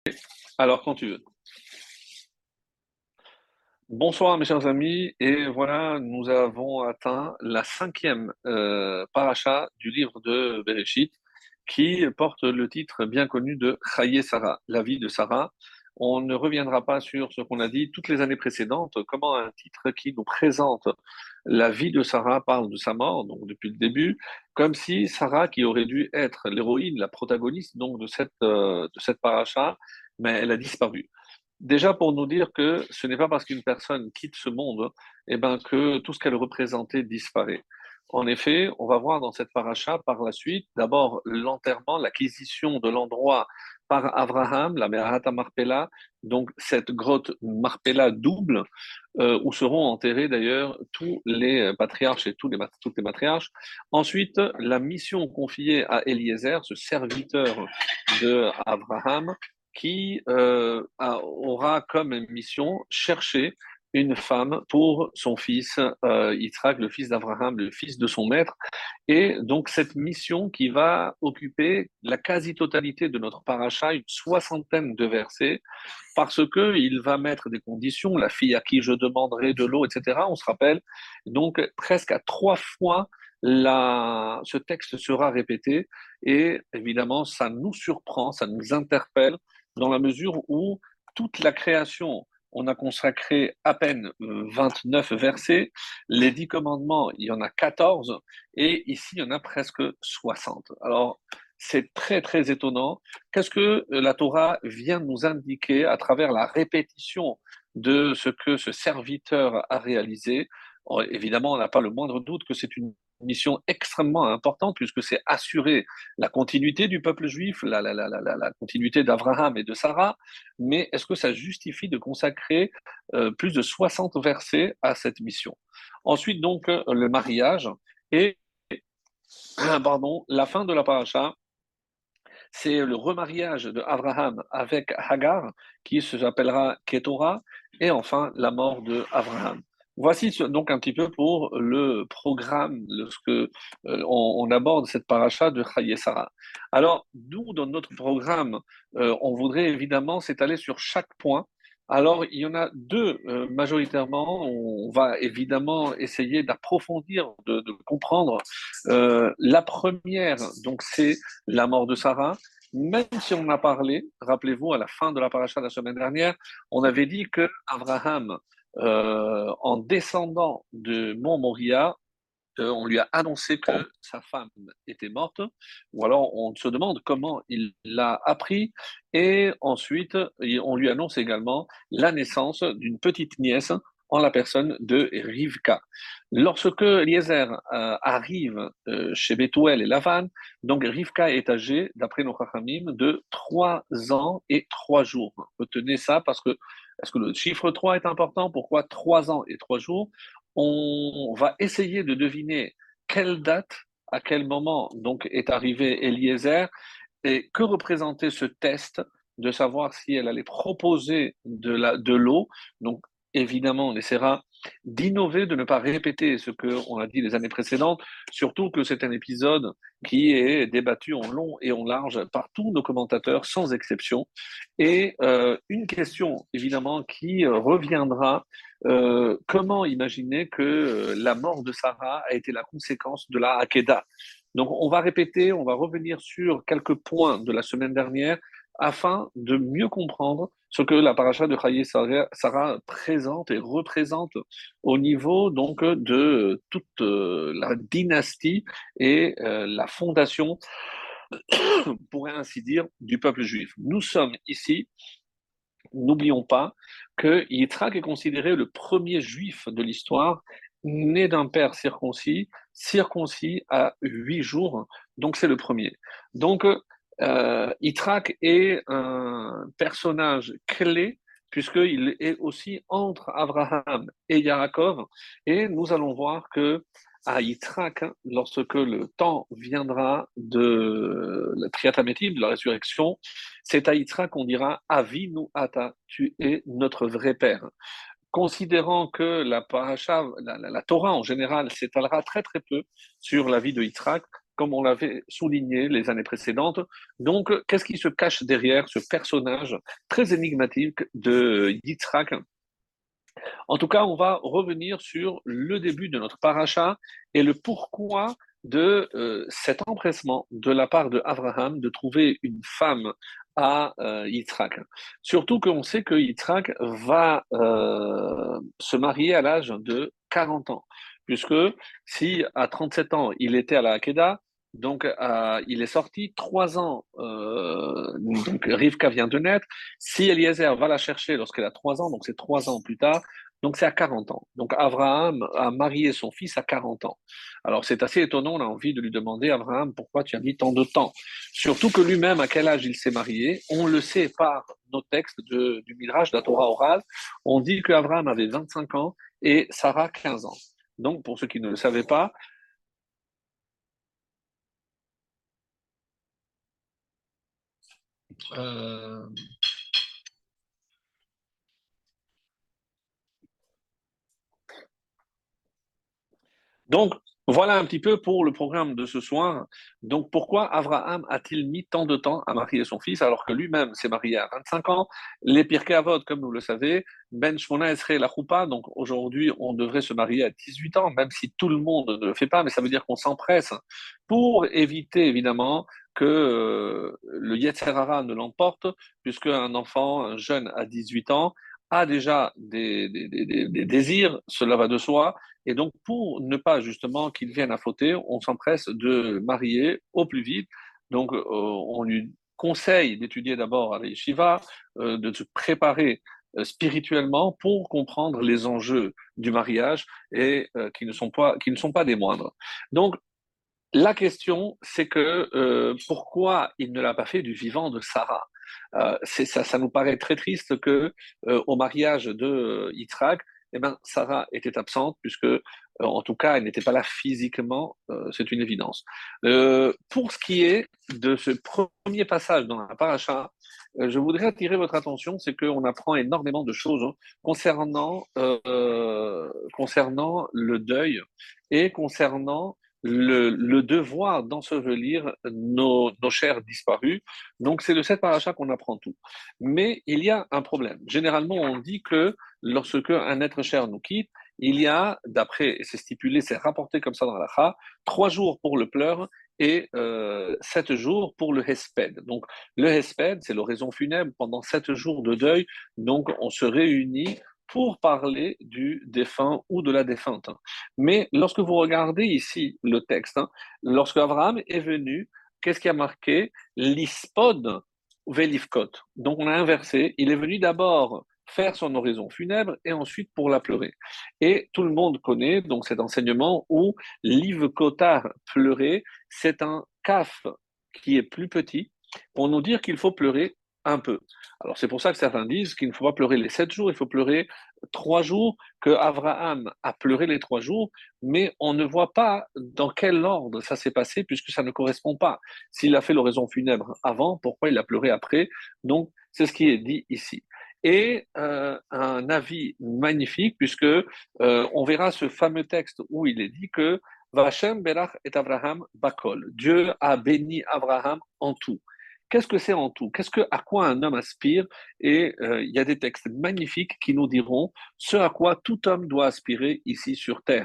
Alors, quand tu veux. Bonsoir, mes chers amis, et voilà, nous avons atteint la cinquième paracha du livre de Bereshit, qui porte le titre bien connu de Chaye Sarah, la vie de Sarah. On ne reviendra pas sur ce qu'on a dit toutes les années précédentes, comment un titre qui nous présente la vie de Sarah parle de sa mort, donc depuis le début, comme si Sarah, qui aurait dû être l'héroïne, la protagoniste donc de cette paracha, mais elle a disparu. Déjà pour nous dire que ce n'est pas parce qu'une personne quitte ce monde, eh ben, que tout ce qu'elle représentait disparaît. En effet, on va voir dans cette paracha par la suite, d'abord l'enterrement, l'acquisition de l'endroit par Abraham, la Merata Marpella, donc cette grotte Marpella double, où seront enterrés d'ailleurs tous les patriarches et toutes les matriarches. Ensuite, la mission confiée à Eliezer, ce serviteur de Abraham, qui aura comme mission chercher une femme pour son fils Yitzhak, le fils d'Abraham, le fils de son maître. Et donc cette mission qui va occuper la quasi-totalité de notre paracha, une soixantaine de versets, parce que il va mettre des conditions, la fille à qui je demanderai de l'eau, etc. On se rappelle, donc presque à trois fois ce texte sera répété et évidemment ça nous surprend, ça nous interpelle dans la mesure où toute la création, on a consacré à peine 29 versets, les 10 commandements, il y en a 14, et ici, il y en a presque 60. Alors, c'est très, très étonnant. Qu'est-ce que la Torah vient nous indiquer à travers la répétition de ce que ce serviteur a réalisé? Évidemment, on n'a pas le moindre doute que c'est une mission extrêmement importante puisque c'est assurer la continuité du peuple juif, la continuité d'Abraham et de Sarah, mais est-ce que ça justifie de consacrer plus de 60 versets à cette mission? Ensuite, donc, le mariage et pardon, la fin de la paracha, c'est le remariage de Abraham avec Hagar, qui s'appellera Ketora, et enfin la mort de Abraham. Voici donc un petit peu pour le programme, lorsque on aborde cette paracha de Chaye Sarah. Alors, nous, dans notre programme, on voudrait évidemment s'étaler sur chaque point. Alors, il y en a deux majoritairement. On va évidemment essayer d'approfondir, de comprendre. La première, donc, c'est la mort de Sarah. Même si on a parlé, rappelez-vous, à la fin de la paracha de la semaine dernière, on avait dit que Abraham, en descendant de Mont Moria, on lui a annoncé que sa femme était morte, ou alors on se demande comment il l'a appris, et ensuite on lui annonce également la naissance d'une petite nièce en la personne de Rivka. Lorsque Eliezer arrive chez Bethuel et Lavan, donc Rivka est âgée, d'après nos Chachamim, de 3 ans et 3 jours. Retenez ça parce que est-ce que le chiffre 3 est important? Pourquoi 3 ans et 3 jours? On va essayer de deviner quelle date, à quel moment donc est arrivé Eliezer et que représentait ce test de savoir si elle allait proposer de l'eau. Donc évidemment, on essaiera d'innover, de ne pas répéter ce qu'on a dit les années précédentes, surtout que c'est un épisode qui est débattu en long et en large par tous nos commentateurs, sans exception. Et une question, évidemment, qui reviendra, comment imaginer que la mort de Sarah a été la conséquence de la Hakeda? Donc on va répéter, on va revenir sur quelques points de la semaine dernière afin de mieux comprendre ce que la paracha de Chaye Sarah présente et représente au niveau donc de toute la dynastie et la fondation, pourrait ainsi dire, du peuple juif. Nous sommes ici, n'oublions pas que Yitzhak est considéré le premier juif de l'histoire, né d'un père circoncis, circoncis à 8 jours, donc c'est le premier. Donc Yitzhak est un personnage clé puisqu'il est aussi entre Abraham et Yaakov, et nous allons voir que à Yitzhak, lorsque le temps viendra de la Triatamétime, de la résurrection, c'est à Yitzhak qu'on dira Avinu Ata, tu es notre vrai père. Considérant que la paracha, la Torah en général s'étalera très très peu sur la vie de Yitzhak, comme on l'avait souligné les années précédentes. Donc, qu'est-ce qui se cache derrière ce personnage très énigmatique de Yitzhak? En tout cas, on va revenir sur le début de notre paracha et le pourquoi de cet empressement de la part de Abraham de trouver une femme à Yitzhak. Surtout qu'on sait que Yitzhak va se marier à l'âge de 40 ans, puisque si à 37 ans il était à la Hakeda, donc il est sorti 3 ans, donc Rivka vient de naître. Si Eliezer va la chercher lorsqu'elle a 3 ans, donc c'est 3 ans plus tard, donc c'est à 40 ans. Donc Abraham a marié son fils à 40 ans. Alors c'est assez étonnant, on a envie de lui demander, Abraham, pourquoi tu as mis tant de temps? Surtout que lui-même, à quel âge il s'est marié? On le sait par nos textes du Midrash, de la Torah orale. On dit qu'Abraham avait 25 ans et Sarah 15 ans. Donc pour ceux qui ne le savaient pas, euh, Donc, voilà un petit peu pour le programme de ce soir. Donc, pourquoi Abraham a-t-il mis tant de temps à marier son fils alors que lui-même s'est marié à 25 ans? Les Pirkei Avot, comme vous le savez, Ben Shmona Esrei la Choupa, donc aujourd'hui on devrait se marier à 18 ans, même si tout le monde ne le fait pas, mais ça veut dire qu'on s'empresse pour éviter évidemment que le Yetzer Hara ne l'emporte, puisque un enfant, un jeune à 18 ans, a déjà des désirs, cela va de soi, et donc, pour ne pas justement qu'il vienne à fauter, on s'empresse de marier au plus vite. Donc, on lui conseille d'étudier d'abord à la yeshiva, de se préparer spirituellement pour comprendre les enjeux du mariage et qui ne sont pas des moindres. Donc, la question, c'est que pourquoi il ne l'a pas fait du vivant de Sarah? Ça nous paraît très triste que au mariage de Yitzhak, eh ben, Sarah était absente puisque, en tout cas, elle n'était pas là physiquement. C'est une évidence. Pour ce qui est de ce premier passage dans la paracha, je voudrais attirer votre attention, c'est qu'on apprend énormément de choses concernant le deuil et concernant le devoir d'ensevelir nos chers disparus. Donc, c'est de cette paracha qu'on apprend tout. Mais il y a un problème. Généralement, on dit que lorsque un être cher nous quitte, il y a, d'après, et c'est stipulé, c'est rapporté comme ça dans la 3 jours pour le pleur et 7 jours pour le hesped. Donc, le hesped, c'est l'oraison funèbre pendant 7 jours de deuil. Donc, on se réunit pour parler du défunt ou de la défunte. Mais lorsque vous regardez ici le texte, lorsque Abraham est venu, qu'est-ce qui a marqué? L'ispod velivkot. Donc on a inversé. Il est venu d'abord faire son oraison funèbre et ensuite pour la pleurer. Et tout le monde connaît donc cet enseignement où l'ivkotar, pleurer, c'est un kaf qui est plus petit pour nous dire qu'il faut pleurer un peu. Alors c'est pour ça que certains disent qu'il ne faut pas pleurer les 7 jours, il faut pleurer 3 jours, que Abraham a pleuré les 3 jours, mais on ne voit pas dans quel ordre ça s'est passé puisque ça ne correspond pas. S'il a fait l'oraison funèbre avant, pourquoi il a pleuré après? Donc c'est ce qui est dit ici. Et un avis magnifique puisque on verra ce fameux texte où il est dit que Vachem Berach et Abraham Bakol. Dieu a béni Abraham en tout. Qu'est-ce que c'est en tout? À quoi un homme aspire? Et il y a des textes magnifiques qui nous diront ce à quoi tout homme doit aspirer ici sur terre.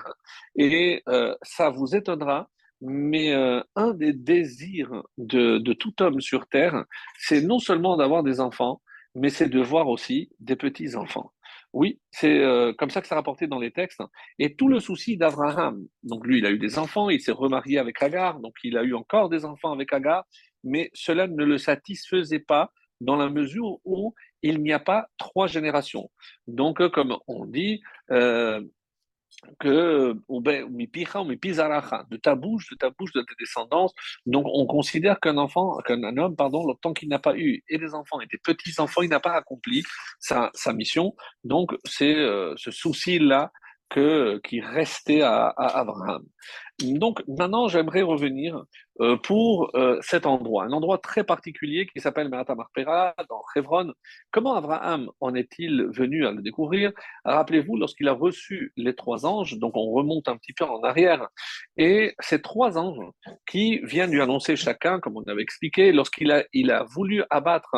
Et ça vous étonnera, mais un des désirs de tout homme sur terre, c'est non seulement d'avoir des enfants, mais c'est de voir aussi des petits-enfants. Oui, c'est comme ça que c'est rapporté dans les textes. Et tout le souci d'Abraham, donc lui, il a eu des enfants, il s'est remarié avec Agar, donc il a eu encore des enfants avec Agar, mais cela ne le satisfaisait pas dans la mesure où il n'y a pas 3 générations. Donc, comme on dit, que de ta bouche, de tes descendances. Donc, on considère qu'un homme, pardon, tant qu'il n'a pas eu et des enfants et des petits-enfants, il n'a pas accompli sa mission. Donc, c'est ce souci-là qui restait à Abraham. Donc maintenant, j'aimerais revenir pour cet endroit, un endroit très particulier qui s'appelle Me'at Marpera dans Hebron. Comment Abraham en est-il venu à le découvrir? Rappelez-vous, lorsqu'il a reçu les trois anges, donc on remonte un petit peu en arrière, et ces trois anges qui viennent lui annoncer chacun, comme on avait expliqué, il a voulu abattre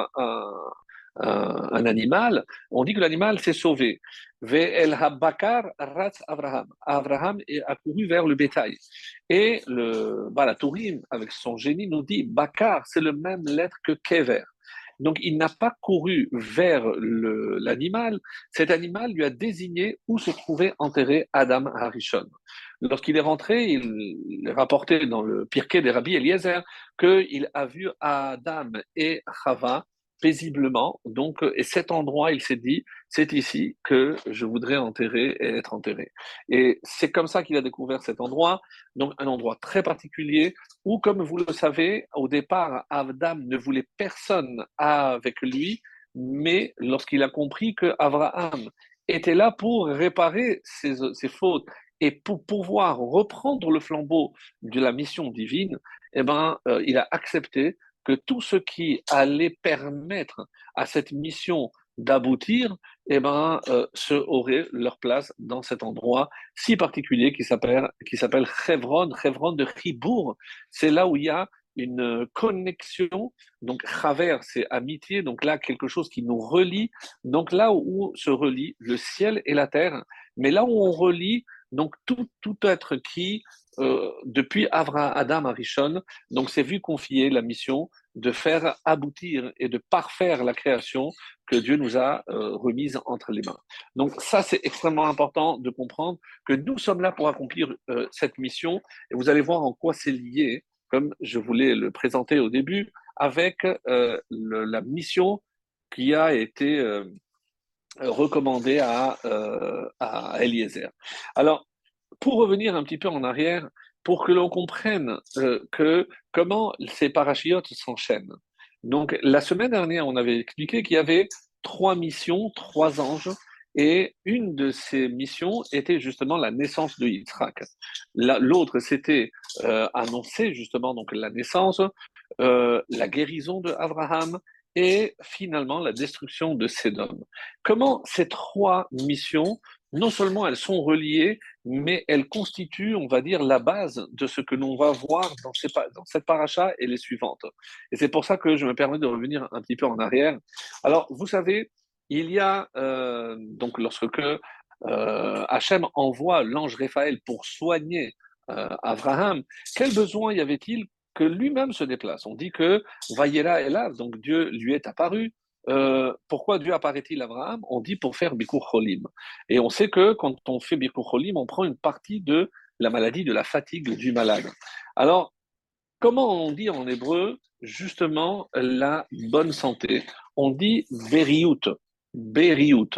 un animal, on dit que l'animal s'est sauvé. Ve'el habakar ratz Abraham. Abraham a couru vers le bétail. Et la Tourim, avec son génie, nous dit Bakar, c'est le même lettre que Kever. Donc, il n'a pas couru vers l'animal. Cet animal lui a désigné où se trouvait enterré Adam Harishon. Lorsqu'il est rentré, il est rapporté dans le Pirkei des Rabbi Eliezer qu'il a vu Adam et Chava paisiblement. Donc, et cet endroit, il s'est dit, c'est ici que je voudrais enterrer et être enterré. Et c'est comme ça qu'il a découvert cet endroit, donc un endroit très particulier où, comme vous le savez, au départ, Adam ne voulait personne avec lui, mais lorsqu'il a compris que Abraham était là pour réparer ses fautes et pour pouvoir reprendre le flambeau de la mission divine, eh ben, il a accepté que tout ce qui allait permettre à cette mission d'aboutir, eh ben, auraient leur place dans cet endroit si particulier qui s'appelle Hebron, Hebron de Chibour. C'est là où il y a une connexion. Donc, Chaver, c'est amitié. Donc là, quelque chose qui nous relie. Donc là où se relie le ciel et la terre. Mais là où on relie donc tout être qui, depuis Adam Arishon, donc s'est vu confier la mission de faire aboutir et de parfaire la création que Dieu nous a remise entre les mains. Donc ça, c'est extrêmement important de comprendre que nous sommes là pour accomplir cette mission et vous allez voir en quoi c'est lié, comme je voulais le présenter au début, avec la mission qui a été recommandée à Eliezer. Alors, pour revenir un petit peu en arrière, pour que l'on comprenne comment ces parachiotes s'enchaînent. Donc, la semaine dernière, on avait expliqué qu'il y avait trois missions, trois anges, et une de ces missions était justement la naissance de Yitzhak. L'autre, c'était annoncer justement donc la naissance, la guérison de Abraham et finalement la destruction de Sédom. Comment ces trois missions, non seulement elles sont reliées, mais elles constituent, on va dire, la base de ce que l'on va voir dans cette paracha et les suivantes. Et c'est pour ça que je me permets de revenir un petit peu en arrière. Alors, vous savez, il y a, donc lorsque Hachem envoie l'ange Raphaël pour soigner Abraham, quel besoin y avait-il que lui-même se déplace? On dit que Vayera Elav, donc Dieu lui est apparu. Pourquoi Dieu apparaît-il à Abraham? On dit pour faire Bikur Cholim. Et on sait que quand on fait Bikur Cholim, on prend une partie de la maladie, de la fatigue du malade. Alors, comment on dit en hébreu justement la bonne santé? On dit Beriout. Beriout.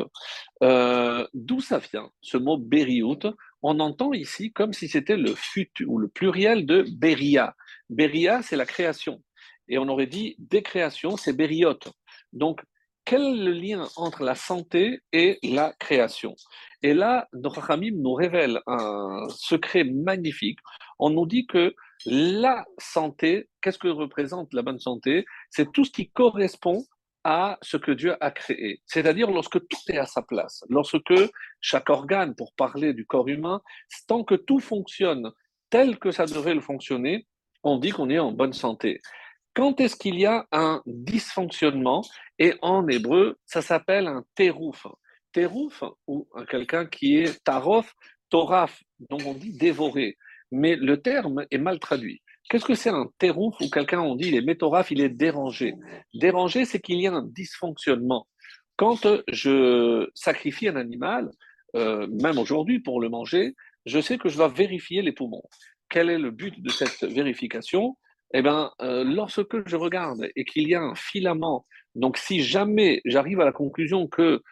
D'où ça vient, ce mot Beriout? On entend ici comme si c'était le futur ou le pluriel de Beria. Beria, c'est la création. Et on aurait dit décréation, c'est Beriot. Donc, quel est le lien entre la santé et la création? Et là, nos Chachamim nous révèle un secret magnifique. On nous dit que la santé, qu'est-ce que représente la bonne santé? C'est tout ce qui correspond à ce que Dieu a créé. C'est-à-dire lorsque tout est à sa place, lorsque chaque organe, pour parler du corps humain, tant que tout fonctionne tel que ça devrait le fonctionner, on dit qu'on est en bonne santé. Quand est-ce qu'il y a un dysfonctionnement? Et en hébreu, ça s'appelle un terouf. Terouf, ou quelqu'un qui est tarof, toraf, donc on dit dévorer. Mais le terme est mal traduit. Qu'est-ce que c'est un terouf ou quelqu'un, on dit, il est métoraf, il est dérangé. Dérangé, c'est qu'il y a un dysfonctionnement. Quand je sacrifie un animal, même aujourd'hui pour le manger, je sais que je dois vérifier les poumons. Quel est le but de cette vérification? Eh bien, lorsque je regarde et qu'il y a un filament, donc si jamais j'arrive à la conclusion que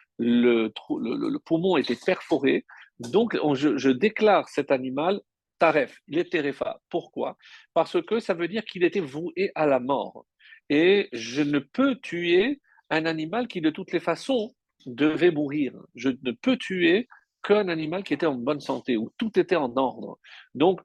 le poumon était perforé, donc je déclare cet animal taref, il est terefa. Pourquoi? Parce que ça veut dire qu'il était voué à la mort. Et je ne peux tuer un animal qui de toutes les façons devait mourir. Je ne peux tuer qu'un animal qui était en bonne santé, où tout était en ordre. Donc,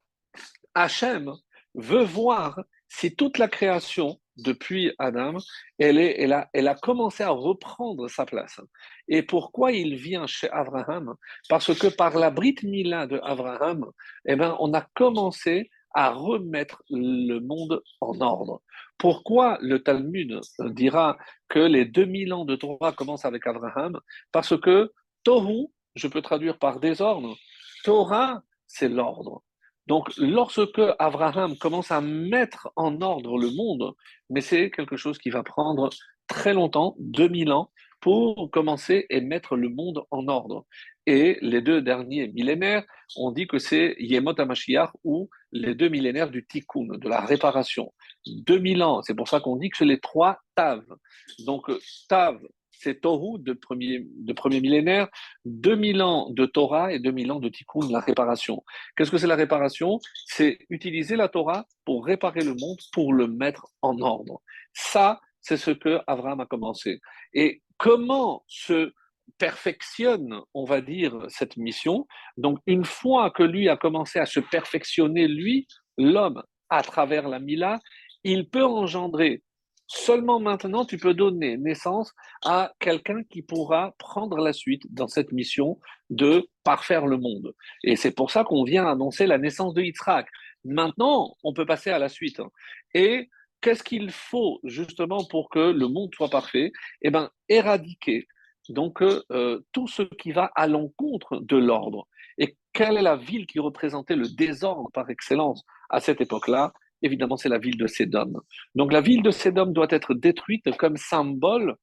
Hachem veut voir si toute la création, depuis Adam, elle a commencé à reprendre sa place. Et pourquoi il vient chez Abraham? Parce que par la Brit Mila de Abraham, eh ben, on a commencé à remettre le monde en ordre. Pourquoi le Talmud dira que les 2000 ans de Torah commencent avec Abraham? Parce que Tohu, je peux traduire par désordre, Torah, c'est l'ordre. Donc, lorsque Abraham commence à mettre en ordre le monde, mais c'est quelque chose qui va prendre très longtemps, 2000 ans, pour commencer et mettre le monde en ordre. Et les 2 derniers millénaires, on dit que c'est Yemot HaMashiach ou les 2 millénaires du Tikkun, de la réparation. 2000 ans, c'est pour ça qu'on dit que c'est les 3 Tav. Donc, Tav, c'est Tohu de premier millénaire, 2000 ans de Torah et 2000 ans de Tikkun, la réparation. Qu'est-ce que c'est la réparation? C'est utiliser la Torah pour réparer le monde, pour le mettre en ordre. Ça, c'est ce que Abraham a commencé. Et comment se perfectionne, on va dire, cette mission? Donc, une fois que lui a commencé à se perfectionner, lui, l'homme, à travers la Mila, il peut engendrer. Seulement maintenant, tu peux donner naissance à quelqu'un qui pourra prendre la suite dans cette mission de parfaire le monde. Et c'est pour ça qu'on vient annoncer la naissance de Yitzhak. Maintenant, on peut passer à la suite. Et qu'est-ce qu'il faut justement pour que le monde soit parfait? Eh bien, éradiquer donc tout ce qui va à l'encontre de l'ordre. Et quelle est la ville qui représentait le désordre par excellence à cette époque-là? Évidemment, c'est la ville de Sédom. Donc la ville de Sédom doit être détruite comme symbole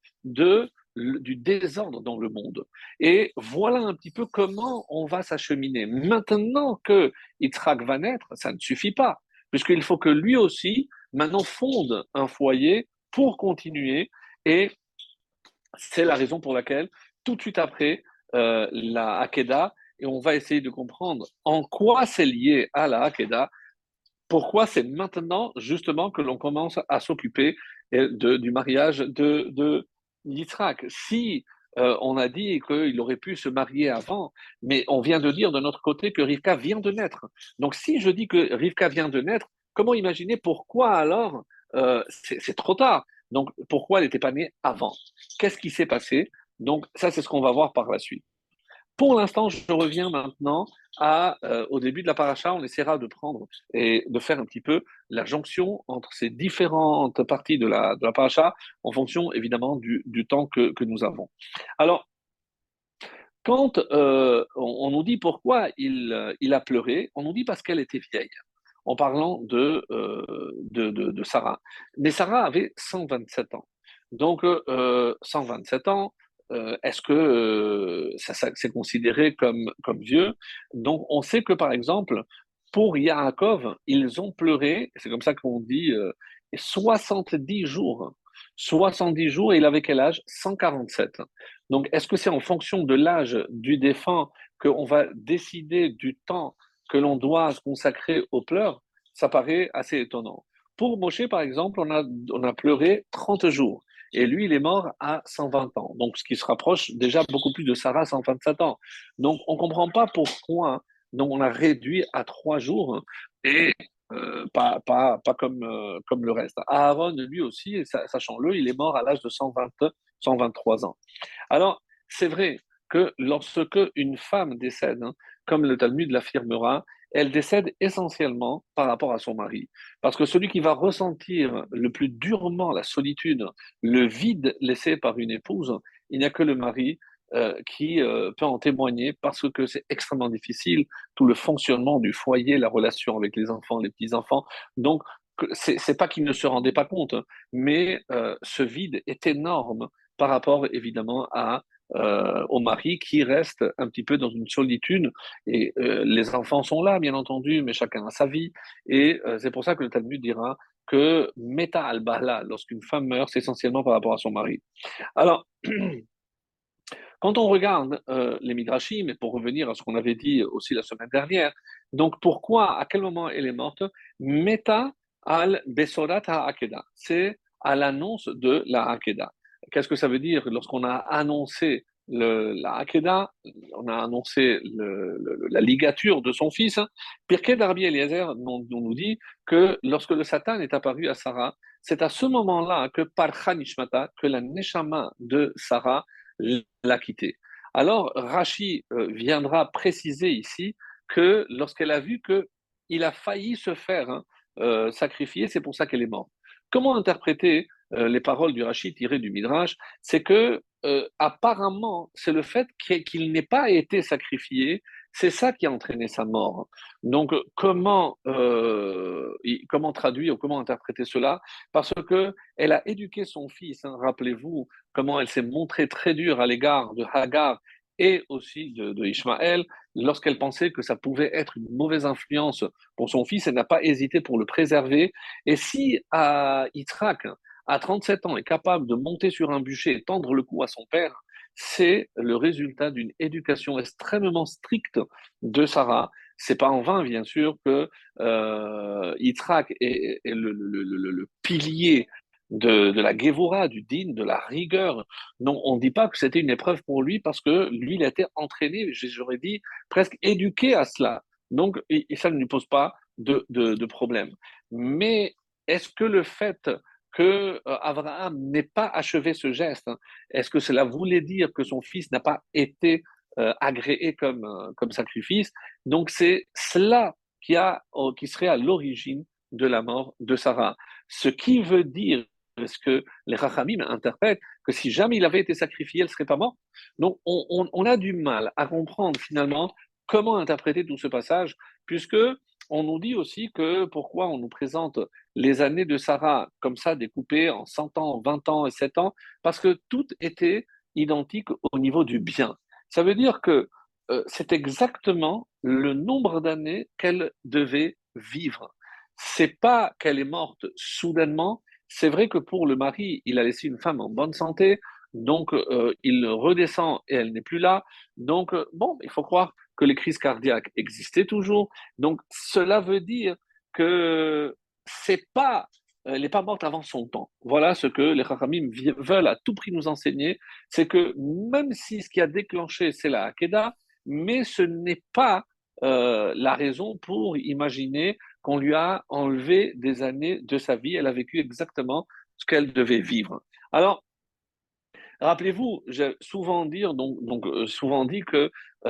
du désordre dans le monde. Et voilà un petit peu comment on va s'acheminer. Maintenant que Yitzhak va naître, ça ne suffit pas, puisqu'il faut que lui aussi, maintenant, fonde un foyer pour continuer. Et c'est la raison pour laquelle, tout de suite après la Hakeda, et on va essayer de comprendre en quoi c'est lié à la Hakeda, pourquoi c'est maintenant justement que l'on commence à s'occuper du mariage de Yitzhak. Si on a dit qu'il aurait pu se marier avant, mais on vient de dire de notre côté que Rivka vient de naître. Donc si je dis que Rivka vient de naître, comment imaginer pourquoi alors c'est trop tard? Donc pourquoi elle n'était pas née avant? Qu'est-ce qui s'est passé? Donc ça, c'est ce qu'on va voir par la suite. Pour l'instant, je reviens maintenant au début de la paracha. On essaiera de prendre et de faire un petit peu la jonction entre ces différentes parties de la paracha en fonction évidemment du temps que nous avons. Alors, quand on nous dit pourquoi il a pleuré, on nous dit parce qu'elle était vieille, en parlant de Sarah. Mais Sarah avait 127 ans. Donc, 127 ans, est-ce que c'est considéré comme vieux? Donc, on sait que, par exemple, pour Yaakov, ils ont pleuré, c'est comme ça qu'on dit, 70 jours. 70 jours, et il avait quel âge? 147. Donc, est-ce que c'est en fonction de l'âge du défunt qu'on va décider du temps que l'on doit se consacrer aux pleurs? Ça paraît assez étonnant. Pour Moshe, par exemple, on a pleuré 30 jours. Et lui, il est mort à 120 ans. Donc, ce qui se rapproche déjà beaucoup plus de Sarah, 127 ans. Donc, on ne comprend pas pourquoi donc on a réduit à 3 jours et pas comme le reste. Aaron, lui aussi, sachant-le, il est mort à l'âge de 123 ans. Alors, c'est vrai que lorsque une femme décède, comme le Talmud l'affirmera, elle décède essentiellement par rapport à son mari. Parce que celui qui va ressentir le plus durement la solitude, le vide laissé par une épouse, il n'y a que le mari qui peut en témoigner parce que c'est extrêmement difficile, tout le fonctionnement du foyer, la relation avec les enfants, les petits-enfants. Donc, c'est pas qu'il ne se rendait pas compte, mais ce vide est énorme par rapport évidemment au mari qui reste un petit peu dans une solitude. Et les enfants sont là, bien entendu, mais chacun a sa vie. Et c'est pour ça que le Talmud dira que Meta al-Bahla, lorsqu'une femme meurt, c'est essentiellement par rapport à son mari. Alors, quand on regarde les Midrashim, et pour revenir à ce qu'on avait dit aussi la semaine dernière, donc pourquoi, à quel moment elle est morte? Meta al Besorat ha-Akeda. C'est à l'annonce de la Hakeda. Qu'est-ce que ça veut dire lorsqu'on a annoncé la Hakeda, on a annoncé la ligature de son fils. Pirkei d'Arbi Eliezer nous dit que lorsque le Satan est apparu à Sarah, c'est à ce moment-là que Parcha Nishmata, que la Neshama de Sarah l'a quitté. Alors, Rashi viendra préciser ici que lorsqu'elle a vu que il a failli se faire sacrifier, c'est pour ça qu'elle est morte. Comment interpréter les paroles du Rashi tirées du Midrash? C'est que apparemment, c'est le fait qu'il n'ait pas été sacrifié, c'est ça qui a entraîné sa mort. Donc, comment traduire ou comment interpréter cela? Parce que elle a éduqué son fils. Hein, rappelez-vous comment elle s'est montrée très dure à l'égard de Hagar et aussi de Ishmaël. Lorsqu'elle pensait que ça pouvait être une mauvaise influence pour son fils, elle n'a pas hésité pour le préserver. Et si à Yitzhak, à 37 ans, est capable de monter sur un bûcher et tendre le cou à son père, c'est le résultat d'une éducation extrêmement stricte de Sarah. C'est pas en vain, bien sûr, que Yitzhak est le pilier de la Gévora, du din, de la rigueur. Non, on ne dit pas que c'était une épreuve pour lui parce que lui, il a été entraîné, j'aurais dit, presque éduqué à cela. Donc, et ça ne lui pose pas de problème. Mais est-ce que le fait que Abraham n'ait pas achevé ce geste, hein, est-ce que cela voulait dire que son fils n'a pas été agréé comme sacrifice? Donc, c'est cela qui serait à l'origine de la mort de Sarah. Ce qui veut dire, est-ce que les Rachamim interprètent que si jamais il avait été sacrifié, elle ne serait pas morte? Donc, on a du mal à comprendre finalement comment interpréter tout ce passage, puisque on nous dit aussi que pourquoi on nous présente les années de Sarah comme ça découpées en 100 ans, 20 ans et 7 ans, parce que tout était identique au niveau du bien. Ça veut dire que c'est exactement le nombre d'années qu'elle devait vivre. C'est pas qu'elle est morte soudainement. C'est vrai que pour le mari, il a laissé une femme en bonne santé, donc il redescend et elle n'est plus là. Donc bon, il faut croire que les crises cardiaques existaient toujours. Donc cela veut dire que c'est pas elle n'est pas morte avant son temps. Voilà ce que les Chachamim veulent à tout prix nous enseigner, c'est que même si ce qui a déclenché, c'est la Hakeda, mais ce n'est pas la raison pour imaginer qu'on lui a enlevé des années de sa vie. Elle a vécu exactement ce qu'elle devait vivre. Alors, rappelez-vous, j'ai souvent souvent dit que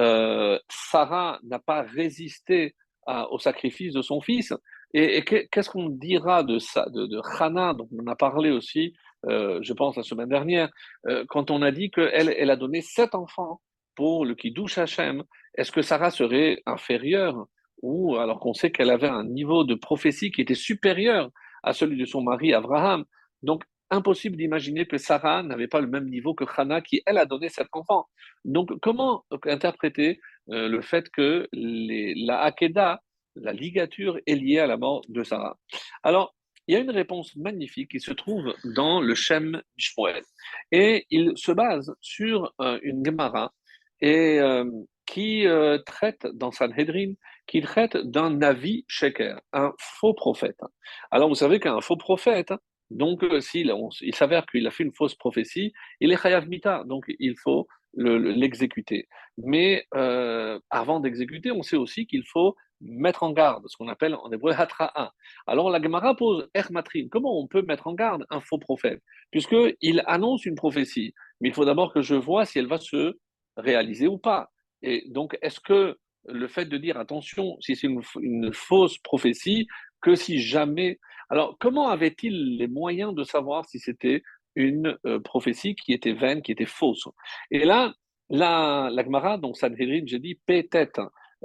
Sarah n'a pas résisté au sacrifice de son fils. Et qu'est-ce qu'on dira de ça, de Hannah, dont on a parlé aussi, je pense, la semaine dernière, quand on a dit qu'elle a donné 7 enfants pour le Kiddush Hashem. Est-ce que Sarah serait inférieure ou alors qu'on sait qu'elle avait un niveau de prophétie qui était supérieur à celui de son mari Abraham? Donc, impossible d'imaginer que Sarah n'avait pas le même niveau que Hannah, qui, elle, a donné 7 enfants. Donc, comment interpréter le fait que la Hakeda, la ligature, est liée à la mort de Sarah? Alors, il y a une réponse magnifique qui se trouve dans le Shem Shmuel. Et il se base sur une Gemara et, qui traite dans Sanhedrin, qui traite d'un avis sheker, un faux prophète. Alors, vous savez qu'un faux prophète, donc, il s'avère qu'il a fait une fausse prophétie, il est chayav mita, donc il faut l'exécuter. Mais avant d'exécuter, on sait aussi qu'il faut mettre en garde, ce qu'on appelle en hébreu hatra'a. Alors la Gemara pose ermatrin, comment on peut mettre en garde un faux prophète? Puisqu'il annonce une prophétie, mais il faut d'abord que je vois si elle va se réaliser ou pas. Et donc, est-ce que le fait de dire attention, si c'est une fausse prophétie, que si jamais alors, comment avait-il les moyens de savoir si c'était une prophétie qui était vaine, qui était fausse? Et là, la Gemara, donc Sanhedrin, j'ai dit P-tête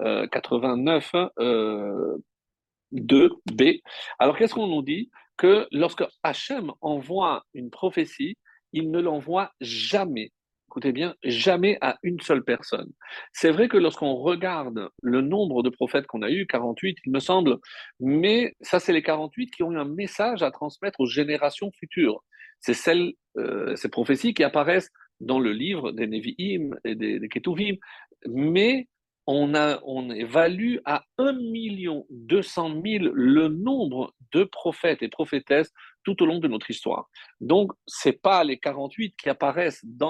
89 2b. Alors, qu'est-ce qu'on nous dit? Que lorsque Hachem envoie une prophétie, il ne l'envoie jamais. Écoutez bien, jamais à une seule personne. C'est vrai que lorsqu'on regarde le nombre de prophètes qu'on a eu, 48, il me semble, mais ça, c'est les 48 qui ont eu un message à transmettre aux générations futures. C'est ces prophéties qui apparaissent dans le livre des Nevi'im et des Ketuvim, mais on évalue à 1 200 000 le nombre de prophètes et prophétesses tout au long de notre histoire. Donc, ce n'est pas les 48 qui apparaissent dans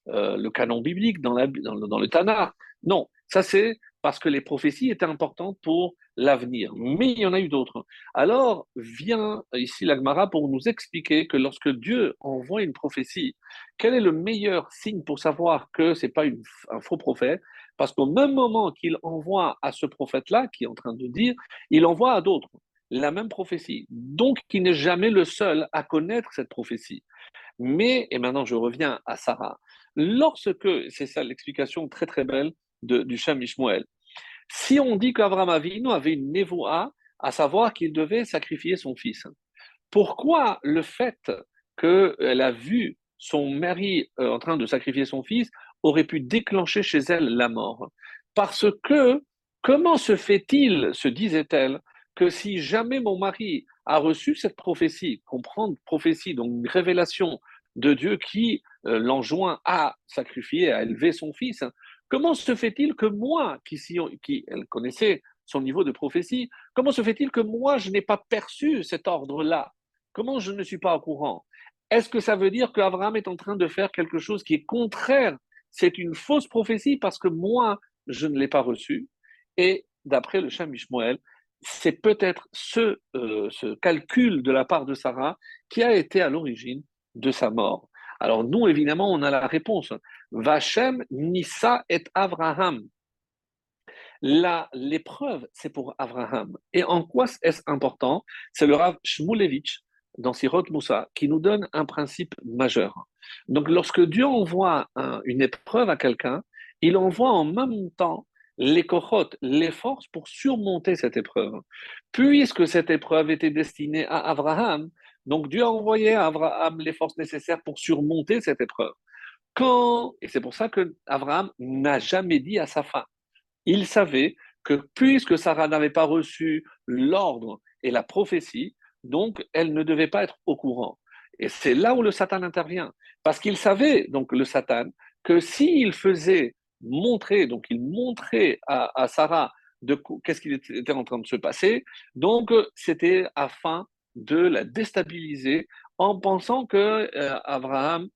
le canon biblique, dans le Tanakh. Non, ça c'est parce que les prophéties étaient importantes pour l'avenir. Mais il y en a eu d'autres. Alors vient ici la Gemara pour nous expliquer que lorsque Dieu envoie une prophétie, quel est le meilleur signe pour savoir que ce n'est pas un faux prophète? Parce qu'au même moment qu'il envoie à ce prophète-là, qui est en train de dire, il envoie à d'autres la même prophétie. Donc, il n'est jamais le seul à connaître cette prophétie. Mais, et maintenant je reviens à Sarah, lorsque, c'est ça l'explication très très belle du Shem Ishmael, si on dit qu'Abraham Avinu avait une névoa, à savoir qu'il devait sacrifier son fils, pourquoi le fait qu'elle a vu son mari en train de sacrifier son fils aurait pu déclencher chez elle la mort? Parce que, comment se fait-il, se disait-elle, que si jamais mon mari a reçu cette prophétie, comprendre prophétie, donc une révélation de Dieu qui l'enjoint à sacrifier, à élever son fils, comment se fait-il que moi, qui elle connaissait son niveau de prophétie, comment se fait-il que moi, je n'ai pas perçu cet ordre-là? Comment je ne suis pas au courant? Est-ce que ça veut dire qu'Abraham est en train de faire quelque chose qui est contraire? C'est une fausse prophétie parce que moi, je ne l'ai pas reçue. Et d'après le Shem Ishmael, c'est peut-être ce calcul de la part de Sarah qui a été à l'origine de sa mort. Alors nous, évidemment, on a la réponse. Vachem Nissa et Abraham. L'épreuve, c'est pour Abraham. Et en quoi est-ce important? C'est le Rav Shmulevitch dans Sirot Moussa qui nous donne un principe majeur. Donc, lorsque Dieu envoie une épreuve à quelqu'un, il envoie en même temps les kochot, les forces pour surmonter cette épreuve. Puisque cette épreuve était destinée à Abraham, donc Dieu a envoyé à Abraham les forces nécessaires pour surmonter cette épreuve. Et c'est pour ça que Abraham n'a jamais dit à sa femme, il savait que puisque Sarah n'avait pas reçu l'ordre et la prophétie, donc elle ne devait pas être au courant. Et c'est là où le Satan intervient. Parce qu'il savait, donc le Satan, que s'il faisait montrer, donc il montrait à Sarah qu'est-ce qui était en train de se passer, donc c'était afin de la déstabiliser en pensant que Abraham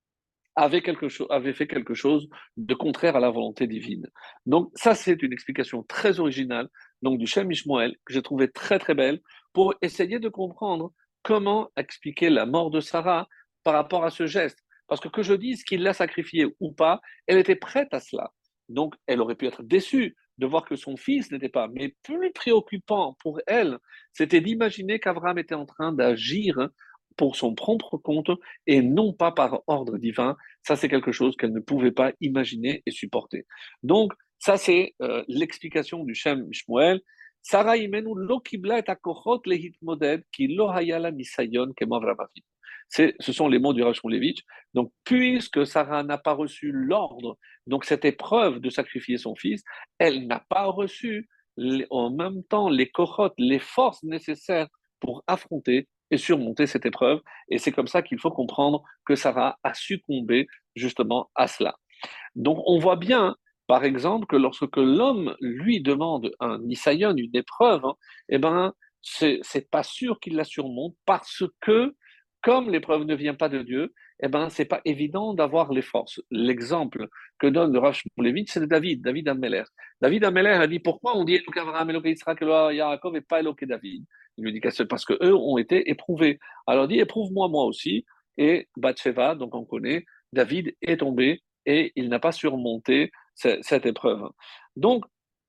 avait fait quelque chose de contraire à la volonté divine. Donc ça, c'est une explication très originale donc du Shem Ishmael que j'ai trouvé très très belle pour essayer de comprendre comment expliquer la mort de Sarah par rapport à ce geste. Parce que je dise qu'il l'a sacrifiée ou pas, elle était prête à cela. Donc elle aurait pu être déçue de voir que son fils n'était pas. Mais plus préoccupant pour elle, c'était d'imaginer qu'Abraham était en train d'agir pour son propre compte et non pas par ordre divin. Ça, c'est quelque chose qu'elle ne pouvait pas imaginer et supporter. Donc, ça, c'est l'explication du Shem Shmuel. Sarah imenu lo kibla et akochot lehitmoded ki lo hayala nisayon kemo Avraham Avinu. Ce sont les mots du Rav Shmulevitch. Donc, puisque Sarah n'a pas reçu l'ordre, donc cette épreuve de sacrifier son fils, elle n'a pas reçu en même temps les kochot, les forces nécessaires pour affronter et surmonter cette épreuve. Et c'est comme ça qu'il faut comprendre que Sarah a succombé justement à cela. Donc on voit bien, par exemple, que lorsque l'homme lui demande un nisayon, une épreuve, eh ben, c'est pas sûr qu'il la surmonte parce que, comme l'épreuve ne vient pas de Dieu, eh ben, c'est pas évident d'avoir les forces. L'exemple que donne le Rav Shmulevitch, c'est de David Ameller. David Ameller a dit pourquoi on dit Eloké Abraham, Eloké Yitzhak, Eloké Yaakov et pas Eloké David. Il lui dit que c'est parce qu'eux ont été éprouvés. Alors il dit éprouve-moi moi aussi. Et Bathsheba, donc on connaît, David est tombé et il n'a pas surmonté cette épreuve. Donc,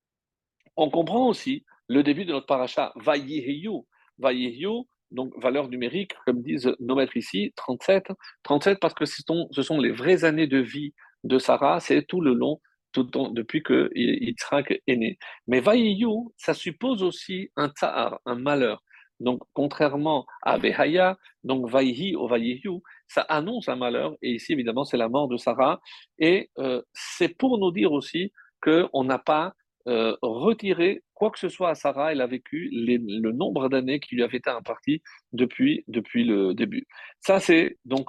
on comprend aussi le début de notre paracha, Vayihiyu. Vayihiyu, donc valeur numérique, comme disent nos maîtres ici, 37. 37 parce que ce sont les vraies années de vie de Sarah, c'est tout le long, depuis que Yitzhak est né. Mais Vayihiyu, ça suppose aussi un tsahar, un malheur. Donc, contrairement à Vehaya, donc Vayihi ou Vayihiyu, ça annonce un malheur. Et ici, évidemment, c'est la mort de Sarah. Et c'est pour nous dire aussi qu'on n'a pas retirer quoi que ce soit à Sarah. Elle a vécu le nombre d'années qui lui avait été imparti depuis le début. Ça, c'est donc.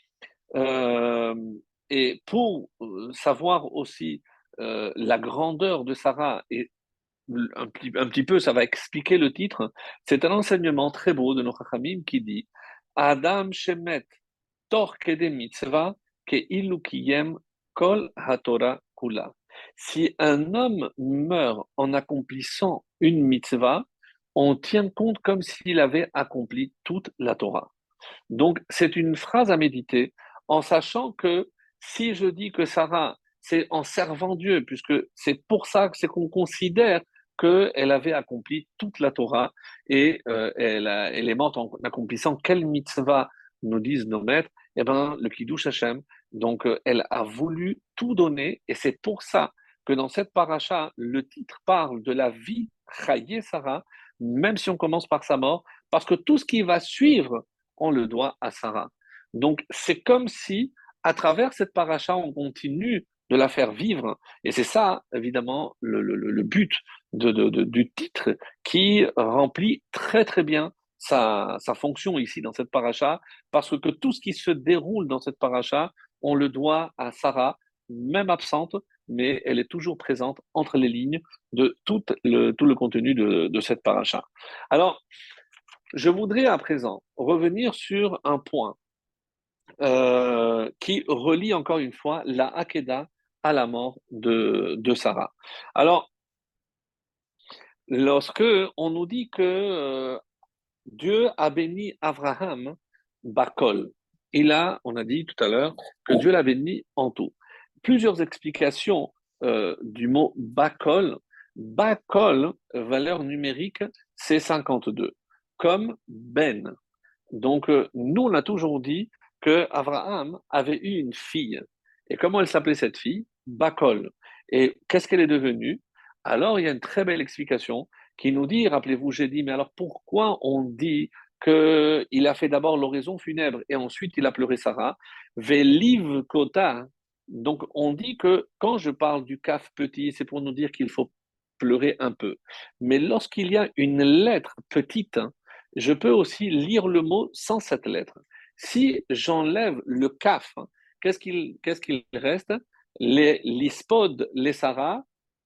Euh, et pour savoir aussi la grandeur de Sarah, et un petit peu, ça va expliquer le titre, c'est un enseignement très beau de nos Chachamim qui dit Adam Shemet Tor Kede Mitzvah ke'ilu kiyem kol haTorah kula. Si un homme meurt en accomplissant une mitzvah, on tient compte comme s'il avait accompli toute la Torah. Donc, c'est une phrase à méditer en sachant que si je dis que Sarah, c'est en servant Dieu, puisque c'est pour ça que c'est qu'on considère qu'elle avait accompli toute la Torah et elle est morte en accomplissant quelle mitzvah nous disent nos maîtres, eh ben, le Kiddush Hashem. Donc, elle a voulu tout donner et c'est pour ça que dans cette paracha, le titre parle de la vie Chayé Sarah, même si on commence par sa mort, parce que tout ce qui va suivre on le doit à Sarah. Donc, c'est comme si, à travers cette paracha, on continue de la faire vivre. Et c'est ça, évidemment, le but du titre qui remplit très, très bien sa fonction ici dans cette paracha, parce que tout ce qui se déroule dans cette paracha, on le doit à Sarah, même absente, mais elle est toujours présente entre les lignes de tout le contenu de cette paracha. Alors, je voudrais à présent revenir sur un point qui relie encore une fois la Hakeda à la mort de Sarah. Alors, lorsque on nous dit que Dieu a béni Abraham Bakol, on a dit tout à l'heure que Dieu l'a béni en tout. Plusieurs explications du mot Bakol. Bakol, valeur numérique, c'est 52, comme Ben. Donc, nous, on a toujours dit que Abraham avait eu une fille. Et comment elle s'appelait cette fille? Bakol. Et qu'est-ce qu'elle est devenue? Alors, il y a une très belle explication qui nous dit, rappelez-vous, j'ai dit, mais alors pourquoi on dit qu'il a fait d'abord l'oraison funèbre et ensuite il a pleuré Sarah? Veliv kota. Donc, on dit que quand je parle du kaf petit, c'est pour nous dire qu'il faut pleurer un peu. Mais lorsqu'il y a une lettre petite, je peux aussi lire le mot sans cette lettre. Si j'enlève le kaf, qu'est-ce qu'il reste? L'ispod, les Sarah,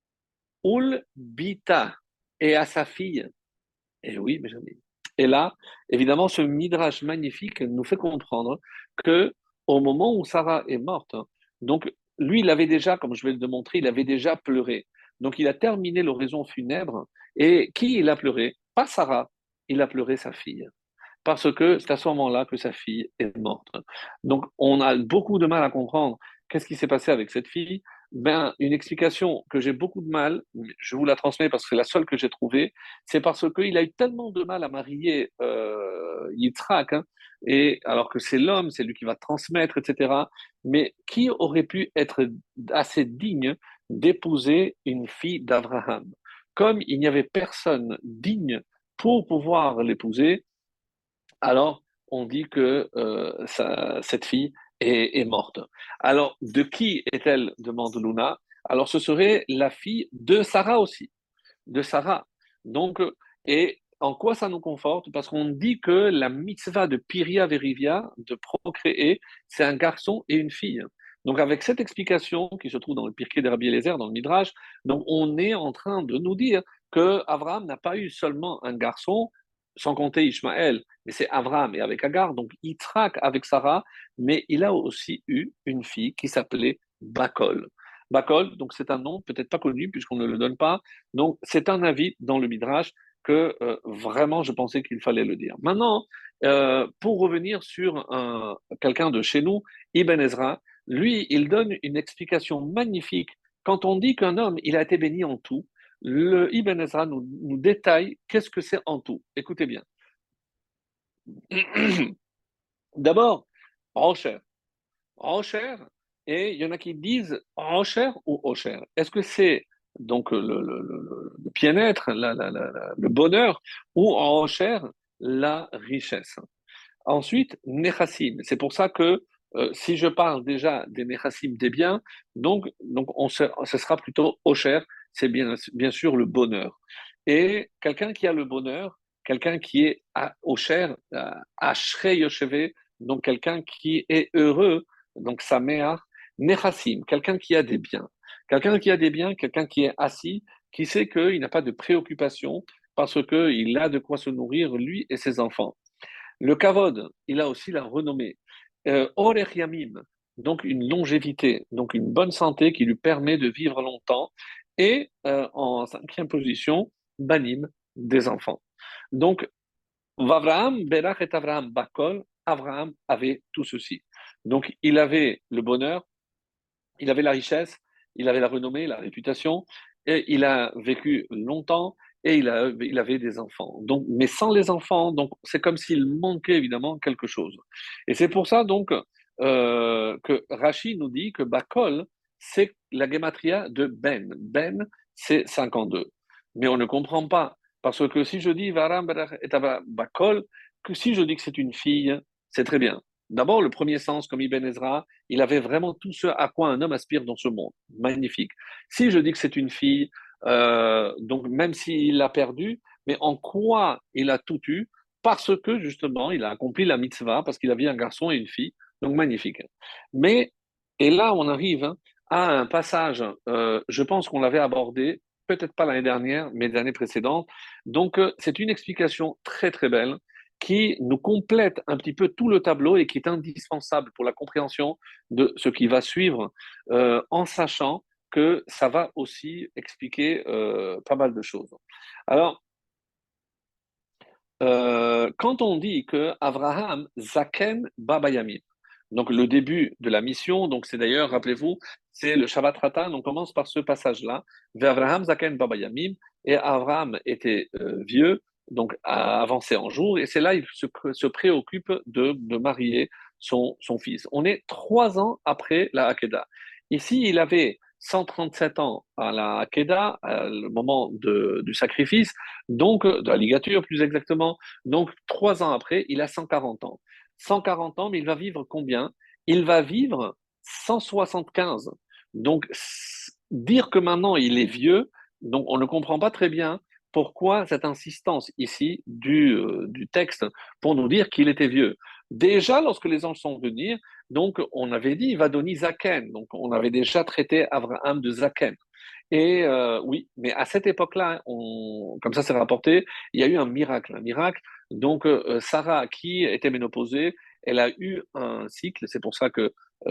ul bita, et à sa fille. Et oui, mais jamais. Et là, évidemment, ce midrash magnifique nous fait comprendre que au moment où Sarah est morte, donc lui, il avait déjà, comme je vais le montrer, il avait déjà pleuré. Donc il a terminé l'oraison funèbre. Et qui il a pleuré? Pas Sarah, il a pleuré sa fille parce que c'est à ce moment-là que sa fille est morte. Donc, on a beaucoup de mal à comprendre qu'est-ce qui s'est passé avec cette fille. Ben, une explication que j'ai beaucoup de mal, je vous la transmets parce que c'est la seule que j'ai trouvée, c'est parce qu'il a eu tellement de mal à marier Yitzhak, hein, et alors que c'est l'homme, c'est lui qui va transmettre, etc. Mais qui aurait pu être assez digne d'épouser une fille d'Abraham? Comme il n'y avait personne digne pour pouvoir l'épouser, alors on dit que cette fille est morte. Alors, de qui est-elle demande Luna. Alors, ce serait la fille de Sarah aussi, de Sarah. Donc, et en quoi ça nous conforte? Parce qu'on dit que la mitzvah de Piria Verivia, de procréer, c'est un garçon et une fille. Donc, avec cette explication qui se trouve dans le Pirkei de Rabbi Eliezer, dans le Midrash, donc on est en train de nous dire que Abraham n'a pas eu seulement un garçon, sans compter Ishmaël, mais c'est Abraham et avec Agar, donc Yitzhak avec Sarah, mais il a aussi eu une fille qui s'appelait Bakol. Bakol, donc c'est un nom peut-être pas connu puisqu'on ne le donne pas, donc c'est un avis dans le Midrash que vraiment je pensais qu'il fallait le dire. Maintenant, pour revenir sur quelqu'un de chez nous, Ibn Ezra, lui, il donne une explication magnifique. Quand on dit qu'un homme, il a été béni en tout, le Ibn Ezra nous détaille qu'est-ce que c'est en tout. Écoutez bien. D'abord, Rocher. Rocher, et il y en a qui disent Rocher ou Ocher. Est-ce que c'est donc le bien-être, le bonheur, ou Rocher, la richesse? Ensuite, Nechassim. C'est pour ça que si je parle déjà des Nechassim, des biens, donc ce sera plutôt Ocher, c'est bien sûr le bonheur. Et quelqu'un qui a le bonheur, quelqu'un qui est Ocher, Ashrei Yosheve, donc quelqu'un qui est heureux, donc Sameach, Nechassim, quelqu'un qui a des biens. Quelqu'un qui a des biens, quelqu'un qui est assis, qui sait qu'il n'a pas de préoccupation parce qu'il a de quoi se nourrir, lui et ses enfants. Le kavod, il a aussi la renommée. Orech Yamim, donc une longévité, donc une bonne santé qui lui permet de vivre longtemps. Et en cinquième position, Banim, des enfants. Donc, Avraham, Berach et Avraham Bakol, Avraham avait tout ceci. Donc, il avait le bonheur, il avait la richesse, il avait la renommée, la réputation, et il a vécu longtemps et il avait des enfants. Donc, mais sans les enfants, donc c'est comme s'il manquait évidemment quelque chose. Et c'est pour ça donc que Rachid nous dit que Bakol, c'est la gematria de Ben. Ben, c'est 52. Mais on ne comprend pas. Parce que si je dis Varam et Bakol, que si je dis que c'est une fille, c'est très bien. D'abord, le premier sens, comme Ibn Ezra, il avait vraiment tout ce à quoi un homme aspire dans ce monde. Magnifique. Si je dis que c'est une fille, donc même s'il l'a perdu, mais en quoi il a tout eu? Parce que justement, il a accompli la mitzvah, parce qu'il avait un garçon et une fille. Donc magnifique. Mais, et là, on arrive à un passage, je pense qu'on l'avait abordé, peut-être pas l'année dernière, mais l'année précédente. Donc, c'est une explication très très belle qui nous complète un petit peu tout le tableau et qui est indispensable pour la compréhension de ce qui va suivre, en sachant que ça va aussi expliquer pas mal de choses. Alors, quand on dit que Abraham Zaken Baba Yamin, donc le début de la mission, donc c'est d'ailleurs, rappelez-vous, c'est le Shabbat Ratan, on commence par ce passage-là, vers Abraham Zaken Baba Yamim, et Abraham était vieux, donc a avancé en jour, et c'est là il se préoccupe de marier son fils. On est 3 ans après la Hakeda. Ici, il avait 137 ans à la Hakeda, le moment du sacrifice, donc de la ligature plus exactement. Donc 3 ans après, il a 140 ans. 140 ans, mais il va vivre combien? Il va vivre 175. Donc dire que maintenant il est vieux, donc on ne comprend pas très bien pourquoi cette insistance ici du texte pour nous dire qu'il était vieux. Déjà, lorsque les anges sont venus, donc on avait dit il va donner Zaken, donc on avait déjà traité Abraham de Zaken. Et oui, mais à cette époque-là, comme ça c'est rapporté, il y a eu un miracle. Un miracle. Donc Sarah, qui était ménopausée, elle a eu un cycle. C'est pour ça que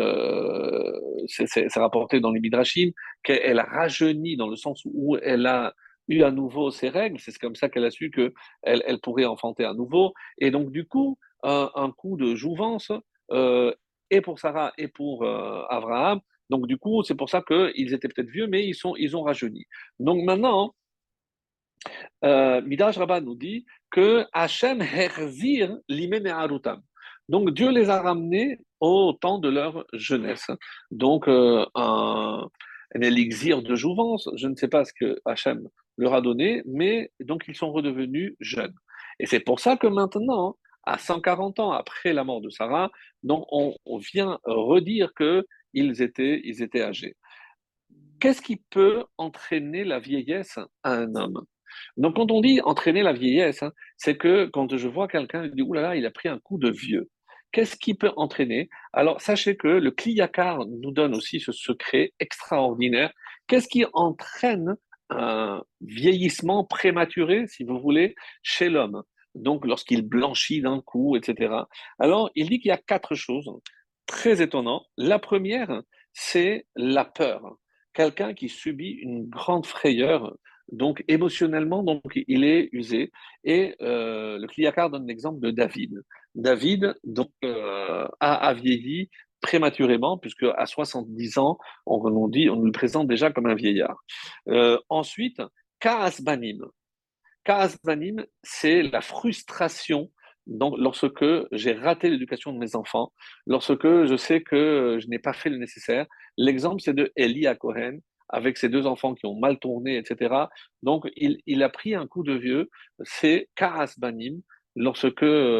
c'est rapporté dans les Midrashim qu'elle a rajeuni dans le sens où elle a eu à nouveau ses règles. C'est comme ça qu'elle a su que elle pourrait enfanter à nouveau. Et donc du coup, un coup de jouvence euh, et pour Sarah et pour Abraham. Donc, du coup, c'est pour ça qu'ils étaient peut-être vieux, mais ils ont rajeuni. Donc, maintenant, Midrash Rabbah nous dit que Hachem herzir limen arutam. Donc, Dieu les a ramenés au temps de leur jeunesse. Donc, un élixir de jouvence, je ne sais pas ce que Hachem leur a donné, mais donc ils sont redevenus jeunes. Et c'est pour ça que maintenant, à 140 ans après la mort de Sarah, donc on vient redire qu'ils étaient âgés. Qu'est-ce qui peut entraîner la vieillesse à un homme? Donc, quand on dit entraîner la vieillesse, c'est que quand je vois quelqu'un, je dis, ouh là là, il a pris un coup de vieux. Qu'est-ce qui peut entraîner? Alors, sachez que le Kliyakar nous donne aussi ce secret extraordinaire. Qu'est-ce qui entraîne un vieillissement prématuré, si vous voulez, chez l'homme? Donc, lorsqu'il blanchit d'un coup, etc. Alors, il dit qu'il y a 4 choses très étonnantes. La première, c'est la peur. Quelqu'un qui subit une grande frayeur, donc émotionnellement, donc il est usé. Et le Kliakar donne l'exemple de David. David donc a vieilli prématurément, puisque à 70 ans, on nous le présente déjà comme un vieillard. Ensuite, Kaas Banim. Kaasbanim, c'est la frustration lorsque j'ai raté l'éducation de mes enfants, lorsque je sais que je n'ai pas fait le nécessaire. L'exemple, c'est de Eli à Cohen, avec ses 2 enfants qui ont mal tourné, etc. Donc, il a pris un coup de vieux. C'est Kaasbanim, lorsque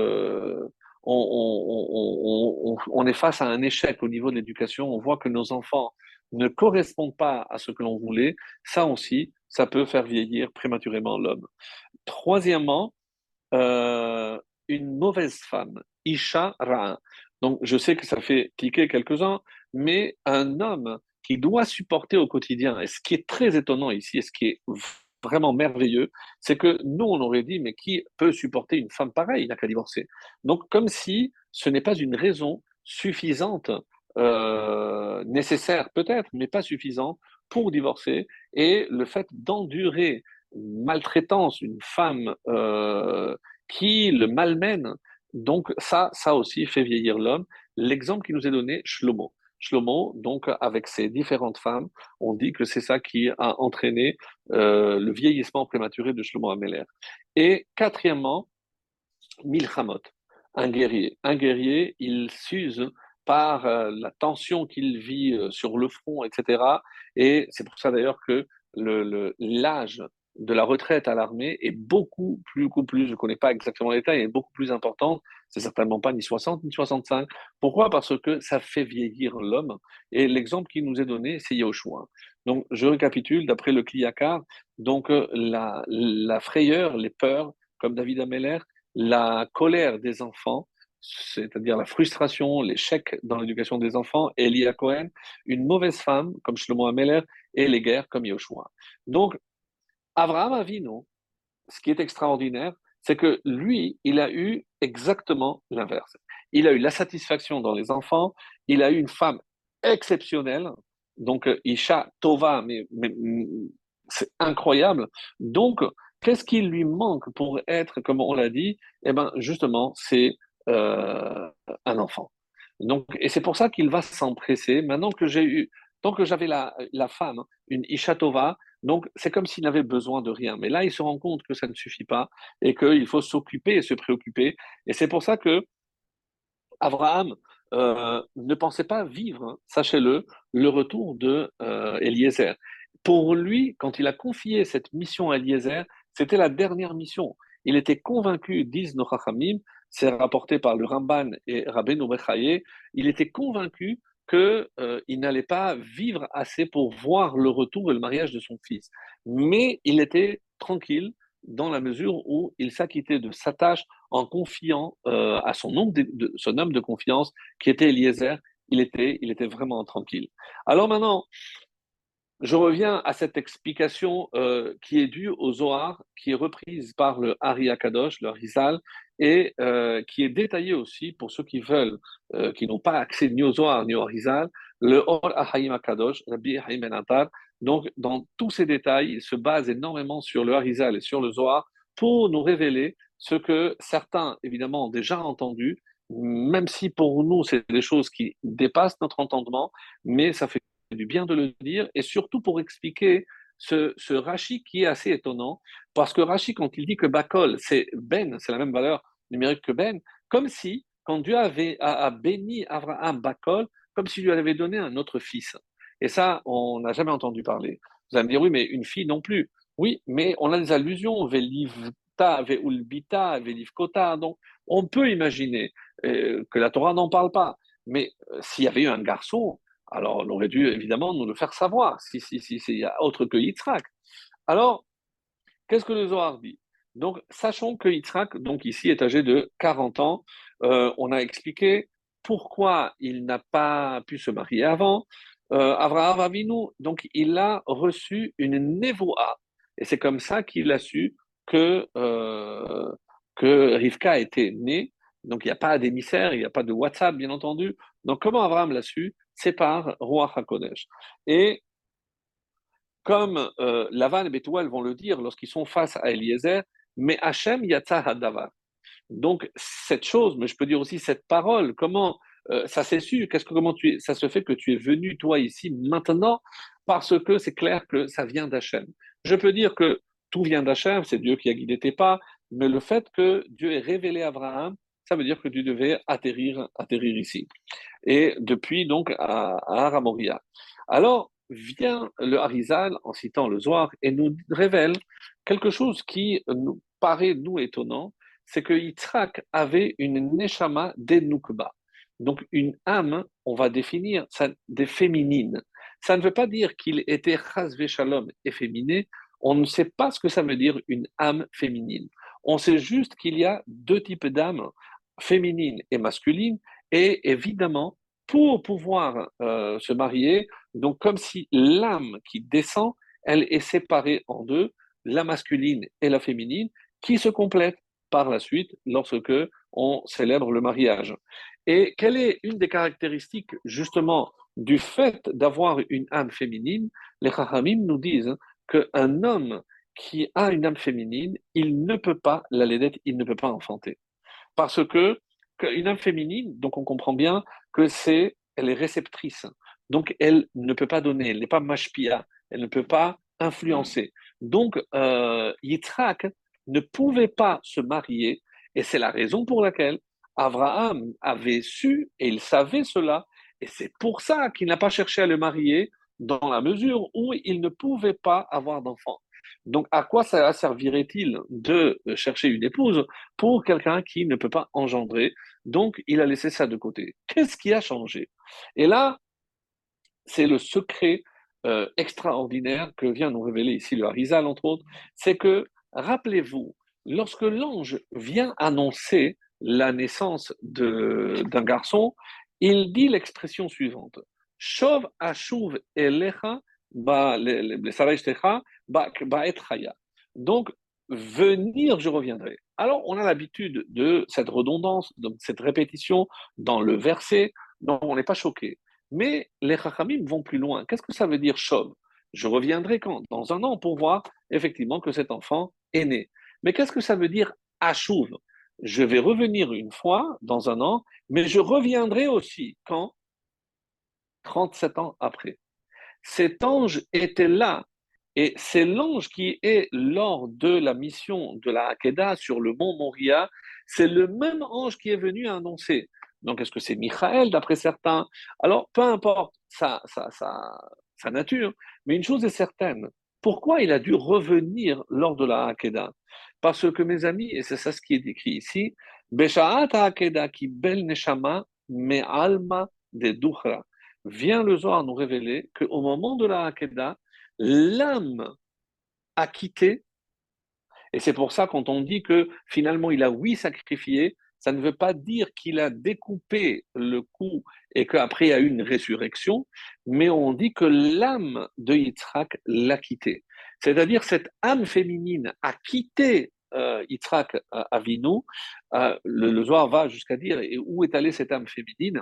on est face à un échec au niveau de l'éducation, on voit que nos enfants ne correspondent pas à ce que l'on voulait. Ça aussi, ça peut faire vieillir prématurément l'homme. Troisièmement, euh, une mauvaise femme, Isha Ra'a. Donc, je sais que ça fait cliquer quelques-uns, mais un homme qui doit supporter au quotidien, et ce qui est très étonnant ici, et ce qui est vraiment merveilleux, c'est que nous, on aurait dit, mais qui peut supporter une femme pareille? Il n'a qu'à divorcer. Donc, comme si ce n'est pas une raison suffisante nécessaire peut-être, mais pas suffisant pour divorcer. Et le fait d'endurer une maltraitance, une femme qui le malmène, donc ça aussi fait vieillir l'homme. L'exemple qui nous est donné, Shlomo. Shlomo, donc avec ses différentes femmes, on dit que c'est ça qui a entraîné le vieillissement prématuré de Shlomo Améler. Et quatrièmement, Milchamot, un guerrier. Un guerrier, il s'use par la tension qu'il vit sur le front, etc. Et c'est pour ça d'ailleurs que l'âge de la retraite à l'armée est beaucoup plus, je ne connais pas exactement les détails, est beaucoup plus important. C'est certainement pas ni 60 ni 65. Pourquoi? Parce que ça fait vieillir l'homme. Et l'exemple qui nous est donné, c'est Yahushua. Donc, je récapitule, d'après le Kliyakar, donc la frayeur, les peurs, comme David Ameller, la colère des enfants, c'est-à-dire la frustration, l'échec dans l'éducation des enfants, Elia Cohen, une mauvaise femme comme Shlomo Ameler et les guerres comme Yoshua. Donc, Abraham Avinu, ce qui est extraordinaire, c'est que lui, il a eu exactement l'inverse. Il a eu la satisfaction dans les enfants, il a eu une femme exceptionnelle, donc Isha Tova, mais c'est incroyable. Donc, qu'est-ce qui lui manque pour être, comme on l'a dit? Eh bien, justement, c'est un enfant. Donc, et c'est pour ça qu'il va s'empresser. Maintenant que j'ai eu, tant que j'avais la femme, une Isha Tova, donc c'est comme s'il n'avait besoin de rien. Mais là, il se rend compte que ça ne suffit pas et qu'il faut s'occuper et se préoccuper. Et c'est pour ça que Abraham ne pensait pas vivre, hein, sachez-le, le retour de Eliezer. Pour lui, quand il a confié cette mission à Eliezer, c'était la dernière mission. Il était convaincu, disent nos Chachamim, c'est rapporté par le Ramban et Rabbeinu Bechaye, il était convaincu qu'il n'allait pas vivre assez pour voir le retour et le mariage de son fils. Mais il était tranquille dans la mesure où il s'acquittait de sa tâche en confiant à son homme de confiance, qui était Eliezer. Il était vraiment tranquille. Alors maintenant, je reviens à cette explication qui est due au Zohar, qui est reprise par le Hari Akadosh, le Rizal, et qui est détaillée aussi pour ceux qui veulent, qui n'ont pas accès ni au Zohar ni au Rizal, le Or Ahayim Akadosh, Rabbi Haïm Ben Attar. Donc, dans tous ces détails, il se base énormément sur le Harizal et sur le Zohar pour nous révéler ce que certains, évidemment, ont déjà entendu, même si pour nous, c'est des choses qui dépassent notre entendement, mais ça fait du bien de le dire, et surtout pour expliquer ce Rashi qui est assez étonnant, parce que Rashi, quand il dit que Bakol, c'est Ben, c'est la même valeur numérique que Ben, comme si, quand Dieu a béni Abraham Bakol, comme s'il lui avait donné un autre fils. Et ça, on n'a jamais entendu parler. Vous allez me dire, oui, mais une fille non plus. Oui, mais on a des allusions, Velivta, Veulbita, Velivkota, donc on peut imaginer que la Torah n'en parle pas. Mais s'il y avait eu un garçon, alors, on aurait dû évidemment nous le faire savoir, si, il y a autre que Yitzhak. Alors, qu'est-ce que le Zohar dit? Donc, sachons que Yitzhak, donc ici, est âgé de 40 ans. On a expliqué pourquoi il n'a pas pu se marier avant. Avraham Avinu, donc, il a reçu une névoa. Et c'est comme ça qu'il a su que Rivka était née. Donc, il n'y a pas d'émissaire, il n'y a pas de WhatsApp, bien entendu. Donc, comment Abraham l'a su? C'est par Ruach HaKodesh. Et comme Lavan et Bethuel vont le dire lorsqu'ils sont face à Eliezer, mais Hachem Yatsa Hadavar. Donc, cette chose, mais je peux dire aussi cette parole, comment ça s'est su, ça se fait que tu es venu, toi, ici, maintenant, parce que c'est clair que ça vient d'Hachem. Je peux dire que tout vient d'Hachem, c'est Dieu qui a guidé tes pas, mais le fait que Dieu ait révélé à Abraham, ça veut dire que tu devais atterrir ici. Et depuis, donc, à Aramoria. Alors, vient le Harizal, en citant le Zohar, et nous révèle quelque chose qui nous paraît, nous, étonnant, c'est que Yitzhak avait une neshama d'Enukba. Donc une âme, on va définir, ça, des féminines. Ça ne veut pas dire qu'il était chasvé shalom efféminé. On ne sait pas ce que ça veut dire une âme féminine. On sait juste qu'il y a deux types d'âmes, féminines et masculines, et évidemment, pour pouvoir se marier, donc comme si l'âme qui descend, elle est séparée en deux, la masculine et la féminine, qui se complètent par la suite lorsque on célèbre le mariage. Et quelle est une des caractéristiques justement du fait d'avoir une âme féminine? Les Chachamim nous disent qu'un homme qui a une âme féminine, il ne peut pas la laidette, il ne peut pas enfanter. Parce que une âme féminine, donc on comprend bien que elle est réceptrice. Donc elle ne peut pas donner, elle n'est pas mashpia, elle ne peut pas influencer. Donc Yitzhak ne pouvait pas se marier et c'est la raison pour laquelle Abraham avait su et il savait cela et c'est pour ça qu'il n'a pas cherché à le marier dans la mesure où il ne pouvait pas avoir d'enfant. Donc, à quoi ça servirait-il de chercher une épouse pour quelqu'un qui ne peut pas engendrer? Donc, il a laissé ça de côté. Qu'est-ce qui a changé? Et là, c'est le secret extraordinaire que vient nous révéler ici le Harizal, entre autres. C'est que, rappelez-vous, lorsque l'ange vient annoncer la naissance d'un garçon, il dit l'expression suivante. Shov ashuv elecha ba'et chaya. Donc, venir, je reviendrai. Alors, on a l'habitude de cette redondance, de cette répétition dans le verset, donc on n'est pas choqué. Mais les Chachamim vont plus loin. Qu'est-ce que ça veut dire Shov? Je reviendrai quand? Dans un an pour voir effectivement que cet enfant est né. Mais qu'est-ce que ça veut dire Ashuv? Je vais revenir une fois dans un an, mais je reviendrai aussi quand? 37 ans après. Cet ange était là. Et c'est l'ange qui est lors de la mission de la Hakeda sur le mont Moria, c'est le même ange qui est venu annoncer. Donc, est-ce que c'est Michael d'après certains? Alors, peu importe sa nature, mais une chose est certaine. Pourquoi il a dû revenir lors de la Hakeda? Parce que, mes amis, et c'est ça ce qui est écrit ici, Beshaat Hakeda qui bel neshama me alma de duchra. Vient le Zohar nous révéler qu'au moment de la Hakeda, l'âme a quitté, et c'est pour ça quand on dit que finalement il a oui sacrifié, ça ne veut pas dire qu'il a découpé le cou et qu'après il y a eu une résurrection, mais on dit que l'âme de Yitzhak l'a quitté. C'est-à-dire cette âme féminine a quitté Yitzhak Avinu. Le Zohar va jusqu'à dire et où est allée cette âme féminine?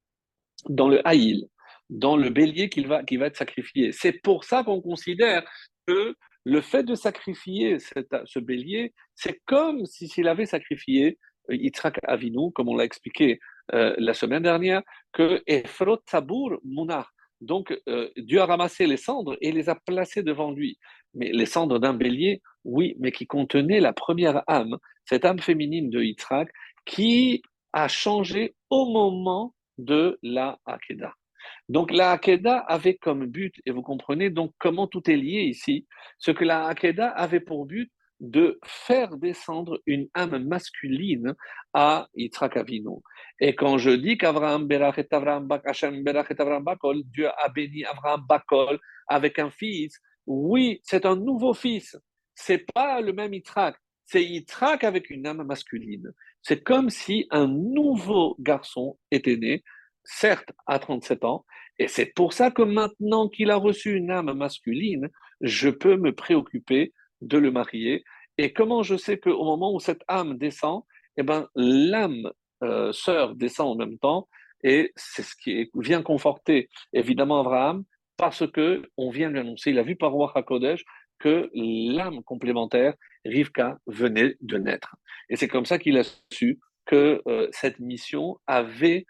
Dans le haïl, dans le bélier qui va être sacrifié. C'est pour ça qu'on considère que le fait de sacrifier ce bélier, c'est comme s'il avait sacrifié Yitzhak Avinu, comme on l'a expliqué la semaine dernière, que Efrot Tabour Munar. Donc Dieu a ramassé les cendres et les a placées devant lui. Mais les cendres d'un bélier, oui, mais qui contenaient la première âme, cette âme féminine de Yitzhak, qui a changé au moment de la Hakeda. Donc la Hakeda avait comme but, et vous comprenez donc comment tout est lié ici, ce que la Hakeda avait pour but de faire descendre une âme masculine à Yitzhak Avinu. Et quand je dis qu'Avraham Berachet Avraham Hashem Berachet Avraham Bakol, Dieu a béni Avraham Bakol avec un fils, oui, c'est un nouveau fils. C'est pas le même Yitzhak, c'est Yitzhak avec une âme masculine. C'est comme si un nouveau garçon était né, certes à 37 ans, et c'est pour ça que maintenant qu'il a reçu une âme masculine, je peux me préoccuper de le marier. Et comment je sais qu'au moment où cette âme descend, eh ben, l'âme sœur descend en même temps, et c'est ce qui vient conforter évidemment Abraham, parce que on vient lui annoncer, il a vu par Roi HaKodesh que l'âme complémentaire, Rivka, venait de naître. Et c'est comme ça qu'il a su que cette mission avait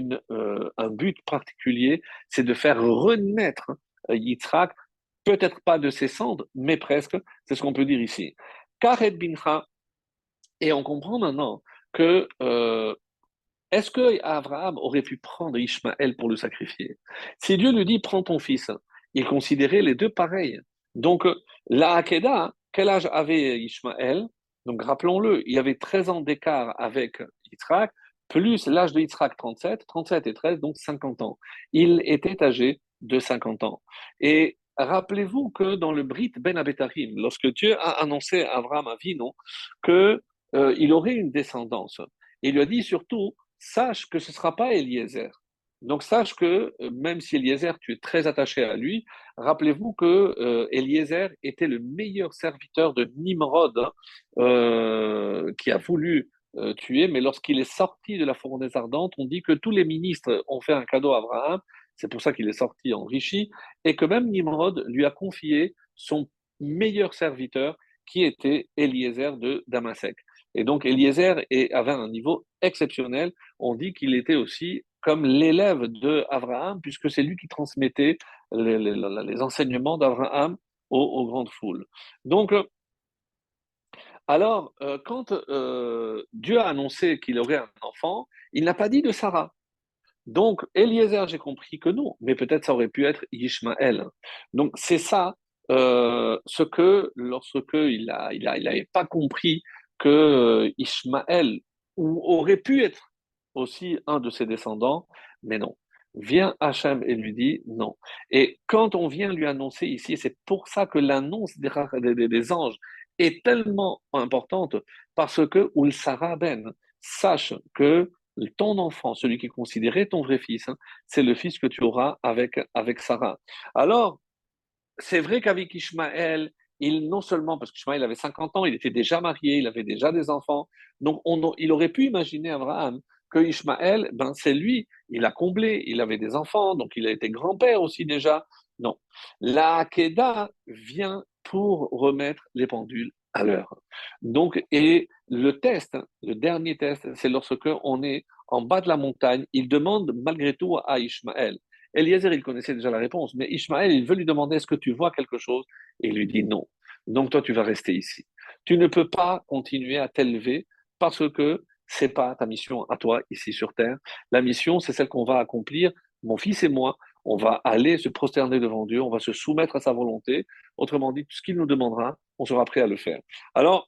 un but particulier, c'est de faire renaître Yitzhak, peut-être pas de ses cendres, mais presque, c'est ce qu'on peut dire ici. Karet Bincha, et on comprend maintenant que est-ce que Abraham aurait pu prendre Ishmaël pour le sacrifier? Si Dieu lui dit prends ton fils, il considérait les deux pareils. Donc la Hakeda, quel âge avait Ishmaël? Donc rappelons-le, il y avait 13 ans d'écart avec Yitzhak, plus l'âge de Yitzhak 37, 37 et 13, donc 50 ans. Il était âgé de 50 ans. Et rappelez-vous que dans le Brit Ben Abetarim, lorsque Dieu a annoncé à Abraham Avinu que il aurait une descendance, il lui a dit surtout sache que ce ne sera pas Eliezer, Donc sache que même si Eliezer, tu es très attaché à lui, rappelez-vous que Eliezer était le meilleur serviteur de Nimrod, hein, qui a voulu tuer, mais lorsqu'il est sorti de la fournaise ardente, on dit que tous les ministres ont fait un cadeau à Abraham, c'est pour ça qu'il est sorti enrichi, et que même Nimrod lui a confié son meilleur serviteur, qui était Eliezer de Damasek. Et donc Eliezer avait un niveau exceptionnel. On dit qu'il était aussi comme l'élève de Abraham, puisque c'est lui qui transmettait les enseignements d'Abraham aux grandes foules. Donc, alors, quand Dieu a annoncé qu'il aurait un enfant, il n'a pas dit de Sarah. Donc, Eliezer, j'ai compris que non, mais peut-être ça aurait pu être Ishmaël. Donc, c'est ça, ce que, lorsque il n'avait pas compris que Ishmaël aurait pu être aussi un de ses descendants, mais non. Vient Hachem et lui dit non. Et quand on vient lui annoncer ici, c'est pour ça que l'annonce des anges est tellement importante, parce que, Ul Sarah Ben, sache que ton enfant, celui qui est considéré ton vrai fils, hein, c'est le fils que tu auras avec Sarah. Alors, c'est vrai qu'avec Ishmaël, non seulement, parce qu'Ishmaël avait 50 ans, il était déjà marié, il avait déjà des enfants, donc il aurait pu imaginer Abraham que Ishmaël, ben, c'est lui, il a comblé, il avait des enfants, donc il a été grand-père aussi déjà. Non. La Hakeda vient pour remettre les pendules à l'heure. Donc, et le test, le dernier test, c'est lorsque on est en bas de la montagne, il demande malgré tout à Ishmaël. Eliezer, il connaissait déjà la réponse, mais Ishmaël, il veut lui demander est-ce que tu vois quelque chose? Et il lui dit non. Donc toi, tu vas rester ici. Tu ne peux pas continuer à t'élever parce que c'est pas ta mission à toi ici sur terre. La mission, c'est celle qu'on va accomplir, mon fils et moi. On va aller se prosterner devant Dieu, on va se soumettre à sa volonté. Autrement dit, tout ce qu'il nous demandera, on sera prêt à le faire. Alors,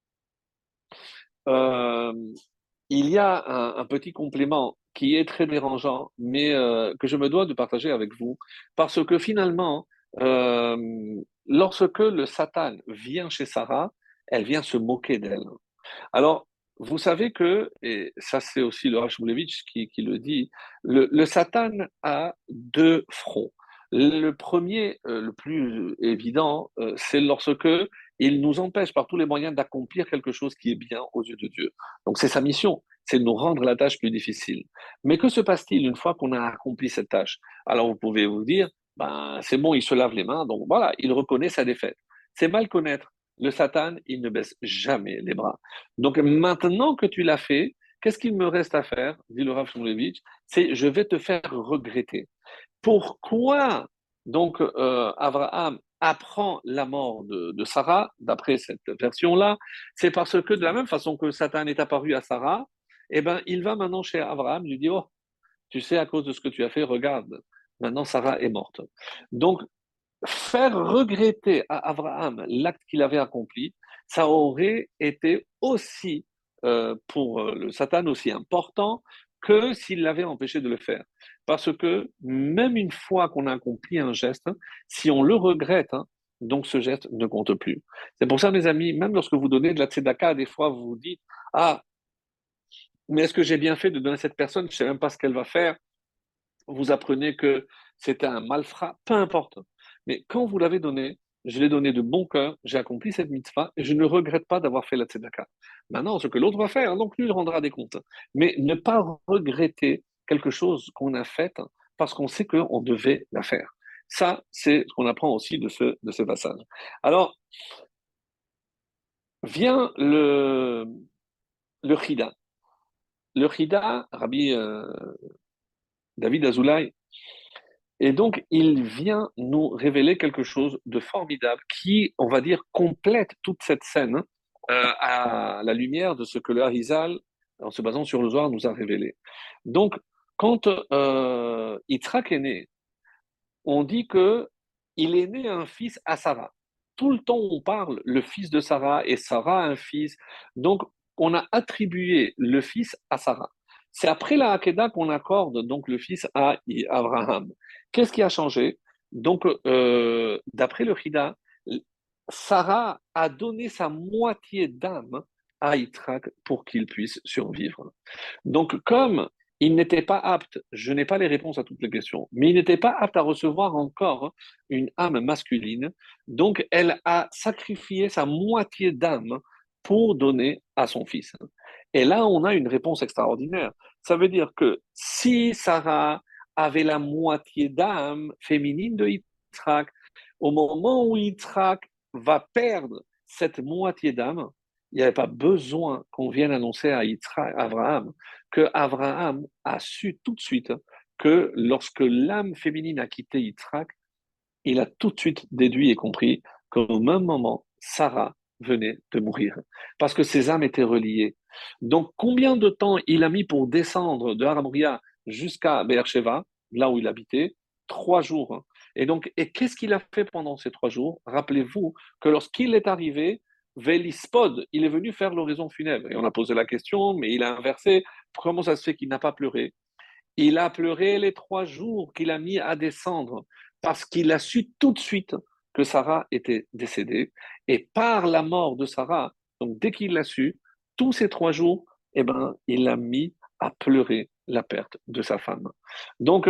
euh, il y a un petit complément qui est très dérangeant, mais que je me dois de partager avec vous, parce que finalement, euh, lorsque le Satan vient chez Sarah, elle vient se moquer d'elle. Alors, vous savez que, et ça c'est aussi le Rav Shmulevitch qui le dit, le Satan a deux fronts. Le premier, le plus évident, c'est lorsque il nous empêche par tous les moyens d'accomplir quelque chose qui est bien aux yeux de Dieu. Donc c'est sa mission, c'est de nous rendre la tâche plus difficile. Mais que se passe-t-il une fois qu'on a accompli cette tâche? Alors vous pouvez vous dire, ben, c'est bon, il se lave les mains, donc voilà, il reconnaît sa défaite. C'est mal connaître. Le Satan, il ne baisse jamais les bras. Donc maintenant que tu l'as fait, qu'est-ce qu'il me reste à faire, dit le Rav Shmulevitch, c'est je vais te faire regretter. Pourquoi donc Abraham apprend la mort de Sarah, d'après cette version-là? C'est parce que de la même façon que Satan est apparu à Sarah, eh ben, il va maintenant chez Abraham, lui dit, oh, tu sais, à cause de ce que tu as fait, regarde, maintenant Sarah est morte. Donc, faire regretter à Abraham l'acte qu'il avait accompli, ça aurait été aussi pour le Satan aussi important que s'il l'avait empêché de le faire. Parce que même une fois qu'on a accompli un geste, hein, si on le regrette, hein, donc ce geste ne compte plus. C'est pour ça, mes amis, même lorsque vous donnez de la tzedaka, des fois vous vous dites, ah, mais est-ce que j'ai bien fait de donner à cette personne? Je ne sais même pas ce qu'elle va faire. Vous apprenez que c'était un malfrat, peu importe. Mais quand vous l'avez donné, je l'ai donné de bon cœur, j'ai accompli cette mitzvah et je ne regrette pas d'avoir fait la tzedaka. Maintenant, ce que l'autre va faire, donc lui, il rendra des comptes. Mais ne pas regretter quelque chose qu'on a fait parce qu'on sait qu'on devait la faire. Ça, c'est ce qu'on apprend aussi de ce passage. Alors, vient le Chida. Le Chida, Rabbi David Azoulay, et donc, il vient nous révéler quelque chose de formidable qui, on va dire, complète toute cette scène à la lumière de ce que le Harizal, en se basant sur le Zohar, nous a révélé. Donc, quand Yitzhak est né, on dit que il est né un fils à Sarah. Tout le temps, on parle le fils de Sarah et Sarah un fils. Donc, on a attribué le fils à Sarah. C'est après la Hakeda qu'on accorde donc le fils à Abraham. Qu'est-ce qui a changé? Donc, d'après le Chida, Sarah a donné sa moitié d'âme à Yitzhak pour qu'il puisse survivre. Donc, comme Il n'était pas apte, je n'ai pas les réponses à toutes les questions, mais il n'était pas apte à recevoir encore une âme masculine. Donc, elle a sacrifié sa moitié d'âme pour donner à son fils. Et là, on a une réponse extraordinaire. Ça veut dire que si Sarah avait la moitié d'âme féminine de Yitzhak, au moment où Yitzhak va perdre cette moitié d'âme, il n'y avait pas besoin qu'on vienne annoncer à Yitzhak, Abraham, que Abraham a su tout de suite que lorsque l'âme féminine a quitté Yitzhak, il a tout de suite déduit et compris qu'au même moment, Sarah venait de mourir, parce que ces âmes étaient reliées. Donc, combien de temps il a mis pour descendre de Haramoria jusqu'à Beersheba, là où il habitait? 3 jours. Et donc, et qu'est-ce qu'il a fait pendant ces 3 jours? Rappelez-vous que lorsqu'il est arrivé, Vélispod, il est venu faire l'oraison funèbre. Et on a posé la question, mais il a inversé. Comment ça se fait qu'il n'a pas pleuré? Il a pleuré les 3 jours qu'il a mis à descendre parce qu'il a su tout de suite que Sarah était décédée. Et par la mort de Sarah, donc dès qu'il l'a su, tous ces 3 jours, eh ben, il a mis à pleurer la perte de sa femme. Donc,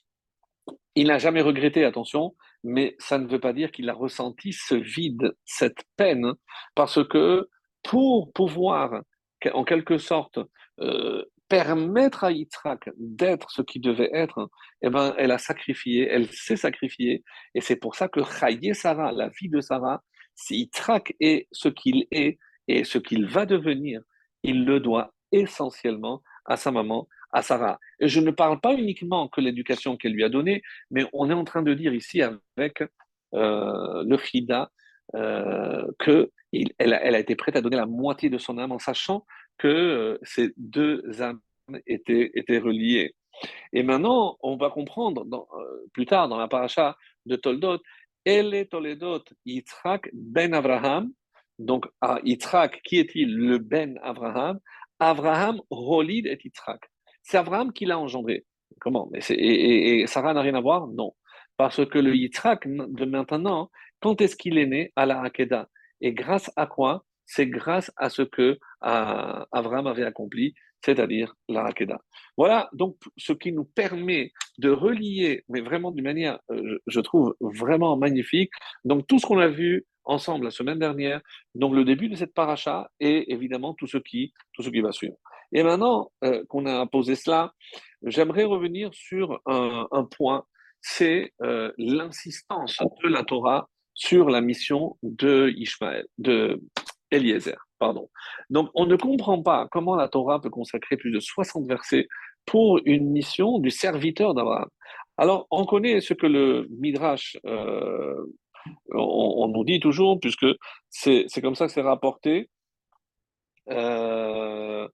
il n'a jamais regretté, attention, mais ça ne veut pas dire qu'il a ressenti ce vide, cette peine, parce que pour pouvoir, en quelque sorte, permettre à Yitzhak d'être ce qu'il devait être, eh ben, elle a sacrifié, elle s'est sacrifiée, et c'est pour ça que Chaye Sarah, la vie de Sarah, si Yitzhak est ce qu'il est et ce qu'il va devenir, il le doit essentiellement à sa maman, à Sarah. Et je ne parle pas uniquement que l'éducation qu'elle lui a donnée, mais on est en train de dire ici avec le Chida qu'elle a été prête à donner la moitié de son âme en sachant que ces deux âmes étaient reliées. Et maintenant, on va comprendre plus tard dans la paracha de Toldot, Elle Toledot Yitzhak ben Abraham. Donc, à Yitzhak, qui est-il? Le ben Abraham. Abraham Rolid et Yitzhak. C'est Abraham qui l'a engendré. Comment? Et Sarah n'a rien à voir? Non. Parce que le Yitzhak de maintenant, quand est-ce qu'il est né? À la Hakeda. Et grâce à quoi? C'est grâce à ce que Abraham avait accompli, c'est-à-dire la Hakeda. Voilà donc ce qui nous permet de relier, mais vraiment d'une manière, je trouve vraiment magnifique, donc tout ce qu'on a vu ensemble la semaine dernière, donc le début de cette paracha et évidemment tout ce qui va suivre. Et maintenant qu'on a posé cela, j'aimerais revenir sur un point, c'est l'insistance de la Torah sur la mission de Ishmaël, de Eliezer, pardon. Donc, on ne comprend pas comment la Torah peut consacrer plus de 60 versets pour une mission du serviteur d'Abraham. Alors, on connaît ce que le Midrash, on nous dit toujours, puisque c'est comme ça que c'est rapporté. euh,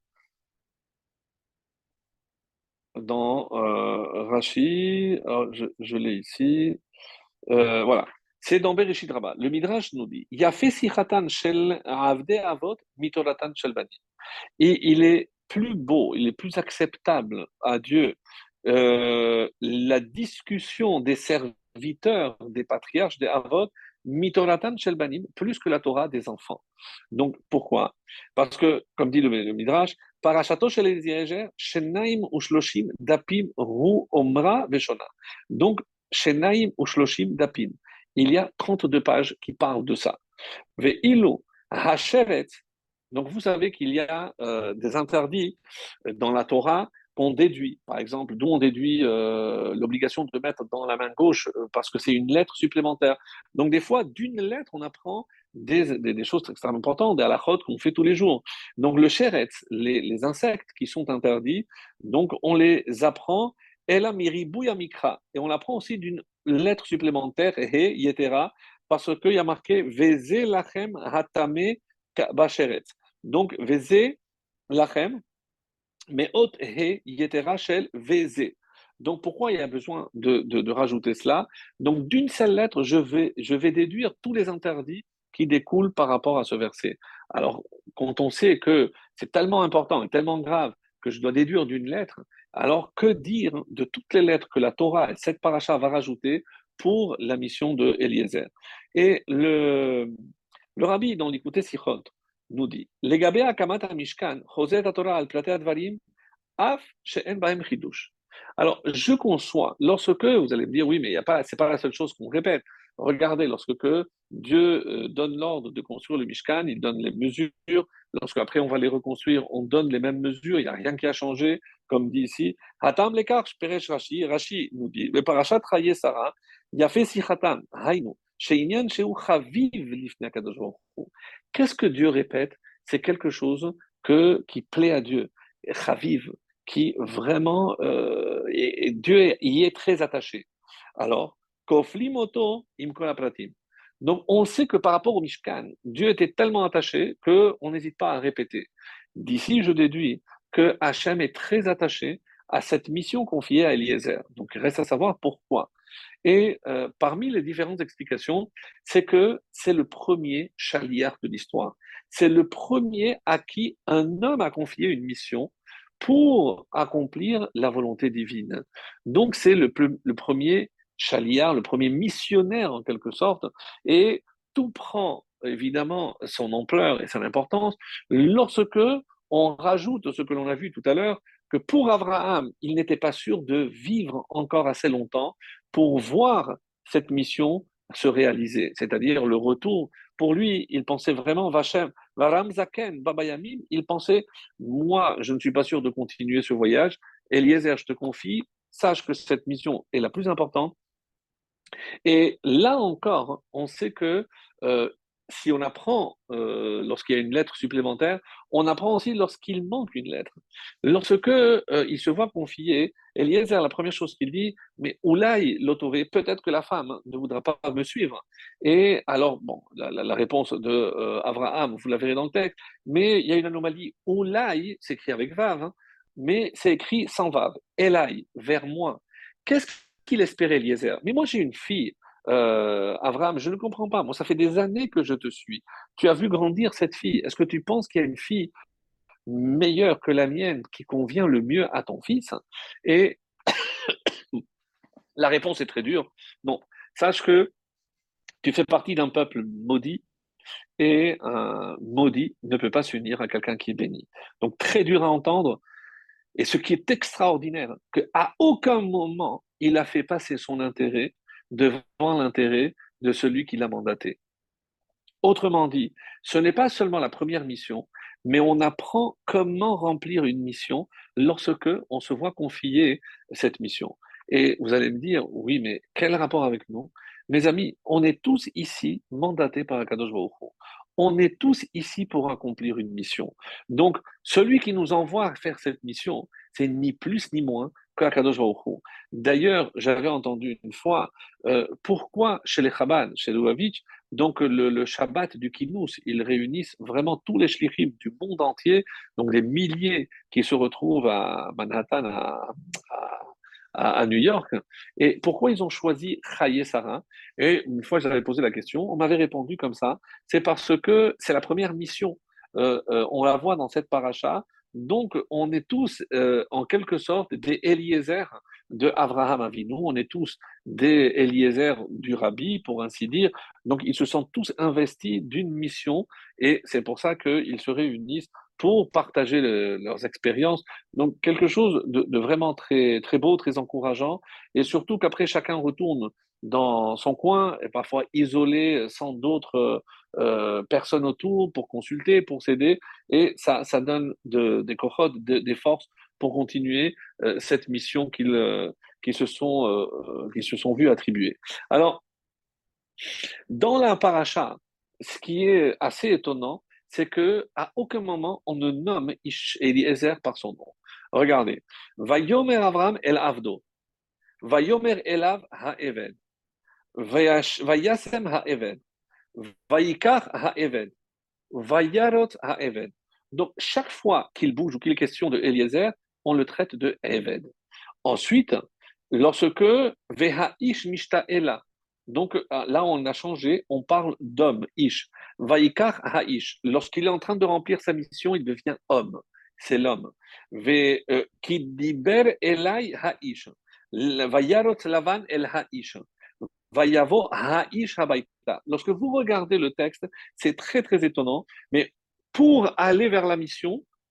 dans Rashi, alors je l'ai ici, voilà. C'est dans Bereshit Rabbah. Le Midrash nous dit, Yafé sichatan shel avde avot mitoratan shel banim. Et il est plus beau, il est plus acceptable à Dieu la discussion des serviteurs, des patriarches, des avot, mitoratan shelbanim, plus que la Torah des enfants. Donc pourquoi? Parce que, comme dit le Midrash, Parashato shel Eliezer, shenaim ushloshim dapim ru omra veshona. Donc, shenaim ushloshim dapim. Il y a 32 pages qui parlent de ça. Ve'ilu hasheret. Donc, vous savez qu'il y a des interdits dans la Torah qu'on déduit. Par exemple, d'où on déduit l'obligation de mettre dans la main gauche parce que c'est une lettre supplémentaire. Donc, des fois, d'une lettre, on apprend des choses extrêmement importantes, des halakhot qu'on fait tous les jours. Donc, le sheretz, les insectes qui sont interdits, donc on les apprend. Ela miribouya mikra. Et on apprend aussi d'une lettre supplémentaire, he, yetera, parce qu'il y a marqué Veze lachem hatame basheret. Donc, Veze lachem, mais ot he yetera shel Veze. Donc, pourquoi il y a besoin de rajouter cela? Donc, d'une seule lettre, je vais déduire tous les interdits qui découlent par rapport à ce verset. Alors, quand on sait que c'est tellement important et tellement grave que je dois déduire d'une lettre, alors que dire de toutes les lettres que la Torah et cette paracha va rajouter pour la mission de Eliezer? Et le rabbi, dans l'écouté Sichot, nous dit, Legabé akamat mishkan, Torah al platei advarim, Af she'en bahem chidush. Alors, je conçois, lorsque, vous allez me dire, oui, mais c'est pas la seule chose qu'on répète. Regardez, lorsque Dieu donne l'ordre de construire le Mishkan, il donne les mesures. Lorsque après on va les reconstruire, on donne les mêmes mesures, il n'y a rien qui a changé, comme dit ici. Hatam lekar, Peresh Rashi, Rashi nous dit, le parachat Raye Sarah, il a fait si Hatam, Hainu, Sheinian Sheu Chaviv Lifnei HaKadosh Baruch Hu. Qu'est-ce que Dieu répète? C'est quelque chose qui plaît à Dieu. Chaviv, qui vraiment, et Dieu y est très attaché. Alors, Kofli Moto Imkol Pratim. Donc, on sait que par rapport au Mishkan, Dieu était tellement attaché qu'on n'hésite pas à répéter. D'ici, je déduis que Hachem est très attaché à cette mission confiée à Eliezer. Donc, il reste à savoir pourquoi. Et parmi les différentes explications, c'est que c'est le premier chaliard de l'histoire. C'est le premier à qui un homme a confié une mission pour accomplir la volonté divine. Donc c'est le premier chaliard, le premier missionnaire en quelque sorte, et tout prend évidemment son ampleur et son importance lorsque on rajoute ce que l'on a vu tout à l'heure, que pour Abraham, il n'était pas sûr de vivre encore assez longtemps pour voir cette mission se réaliser, c'est-à-dire le retour. Pour lui, il pensait vraiment, Vachem, Varam Zaken, Baba Yamim, il pensait, moi, je ne suis pas sûr de continuer ce voyage. Eliezer, je te confie, sache que cette mission est la plus importante. Et là encore, on sait que euh, si on apprend lorsqu'il y a une lettre supplémentaire, on apprend aussi lorsqu'il manque une lettre. Lorsque il se voit confier, Eliezer, la première chose qu'il dit, mais Oulaï l'autoré, peut-être que la femme ne voudra pas me suivre. Et alors, bon, la réponse de Abraham, vous la verrez dans le texte, mais il y a une anomalie. Oulaï, c'est écrit avec Vav, hein, mais c'est écrit sans Vav. Elaï, vers moi. Qu'est-ce qu'il espérait, Eliezer? Mais moi, j'ai une fille, Abraham, je ne comprends pas. Moi, ça fait des années que je te suis. Tu as vu grandir cette fille. Est-ce que tu penses qu'il y a une fille meilleure que la mienne qui convient le mieux à ton fils? Et la réponse est très dure. Non, sache que tu fais partie d'un peuple maudit et un maudit ne peut pas s'unir à quelqu'un qui est béni. Donc, très dur à entendre. Et ce qui est extraordinaire, qu'à aucun moment, il a fait passer son intérêt devant l'intérêt de celui qui l'a mandaté. Autrement dit, ce n'est pas seulement la première mission, mais on apprend comment remplir une mission lorsque on se voit confier cette mission. Et vous allez me dire, oui, mais quel rapport avec nous? Mes amis, on est tous ici mandatés par Akadosh Baruch Hu. On est tous ici pour accomplir une mission. Donc, celui qui nous envoie faire cette mission, c'est ni plus ni moins qu'Akadosh Baruch Hu. D'ailleurs, j'avais entendu une fois pourquoi chez les Chabad, chez Lubavitch, donc le Shabbat du Kinnus, ils réunissent vraiment tous les shlichim du monde entier, donc des milliers qui se retrouvent à Manhattan, à, à New York. Et pourquoi ils ont choisi Chaye Sarah? Et une fois j'avais posé la question, on m'avait répondu comme ça, c'est parce que c'est la première mission. On la voit dans cette paracha. Donc on est tous en quelque sorte des Eliezer de Abraham Avinu, on est tous des Eliezer du Rabbi, pour ainsi dire. Donc, ils se sentent tous investis d'une mission et c'est pour ça qu'ils se réunissent pour partager leurs expériences. Donc, quelque chose de vraiment très, très beau, très encourageant et surtout qu'après, chacun retourne dans son coin et parfois isolé, sans d'autres personnes autour pour consulter, pour s'aider et ça donne des cohortes, des forces pour continuer cette mission qui se sont vus attribuer. Alors, dans la paracha, ce qui est assez étonnant, c'est que à aucun moment on ne nomme Eliezer par son nom. Regardez, Vayomer Avram el Avdo, Vayomer Elav ha'eved, Vayasem ha'eved, Vayikar ha'eved, Vayarot ha'eved. Donc chaque fois qu'il bouge ou qu'il est question de Eliezer, on le traite de Eved. Ensuite, lorsque Veha'ish Mishta'ela, donc là on a changé, on parle d'homme, Ish. Vaikar Ha'ish, lorsqu'il est en train de remplir sa mission, il devient homme, c'est l'homme. Kidiber Elai Ha'ish, Vayarot Lavan El Ha'ish, Vayavo Ha'ish Habaita. Lorsque vous regardez le texte, c'est très très étonnant, mais pour aller vers la mission,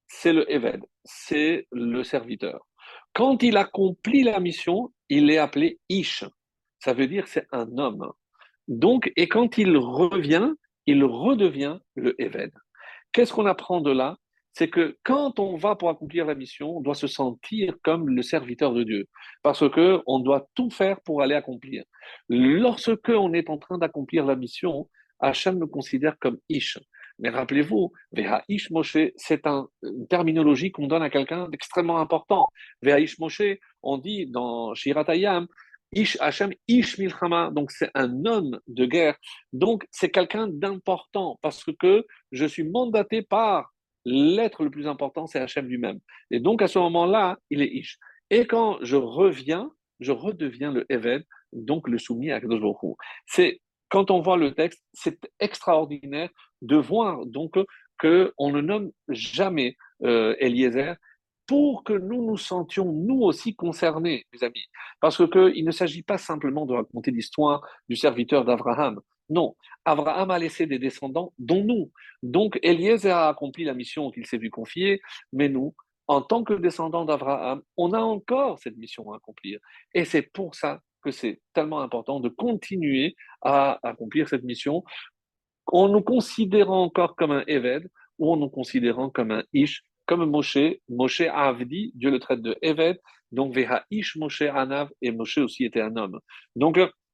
c'est le Eved, c'est le serviteur. Quand il accomplit la mission, il est appelé Ish. Ça veut dire c'est un homme. Donc, et quand il revient, il redevient le Eved. Qu'est-ce qu'on apprend de là? C'est que quand on va pour accomplir la mission, on doit se sentir comme le serviteur de Dieu, parce que on doit tout faire pour aller accomplir. Lorsque on est en train d'accomplir la mission, Hachem nous considère comme Ish. Mais rappelez-vous, Veha Ish Moshe, c'est une terminologie qu'on donne à quelqu'un d'extrêmement important. Veha Ish Moshe, on dit dans Shiratayam, Ish Hachem, Ish Milchama, donc c'est un homme de guerre. Donc c'est quelqu'un d'important parce que je suis mandaté par l'être le plus important, c'est Hachem lui-même. Et donc à ce moment-là, il est Ish. Et quand je reviens, je redeviens le Eved, donc le soumis à Kadosh Baruch Hu. C'est quand on voit le texte, c'est extraordinaire de voir donc que on ne nomme jamais Eliezer pour que nous nous sentions nous aussi concernés, mes amis. Parce que il ne s'agit pas simplement de raconter l'histoire du serviteur d'Abraham. Non, Abraham a laissé des descendants, dont nous. Donc, Eliezer a accompli la mission qu'il s'est vu confier, mais nous, en tant que descendants d'Abraham, on a encore cette mission à accomplir. Et c'est pour ça que c'est tellement important de continuer à accomplir cette mission en nous considérant encore comme un Eved ou en nous considérant comme un Ish, comme Moshe. Moshe Avdi, Dieu le traite de Eved, donc Veha Ish Moshe Anav, et Moshe aussi était un homme. Donc,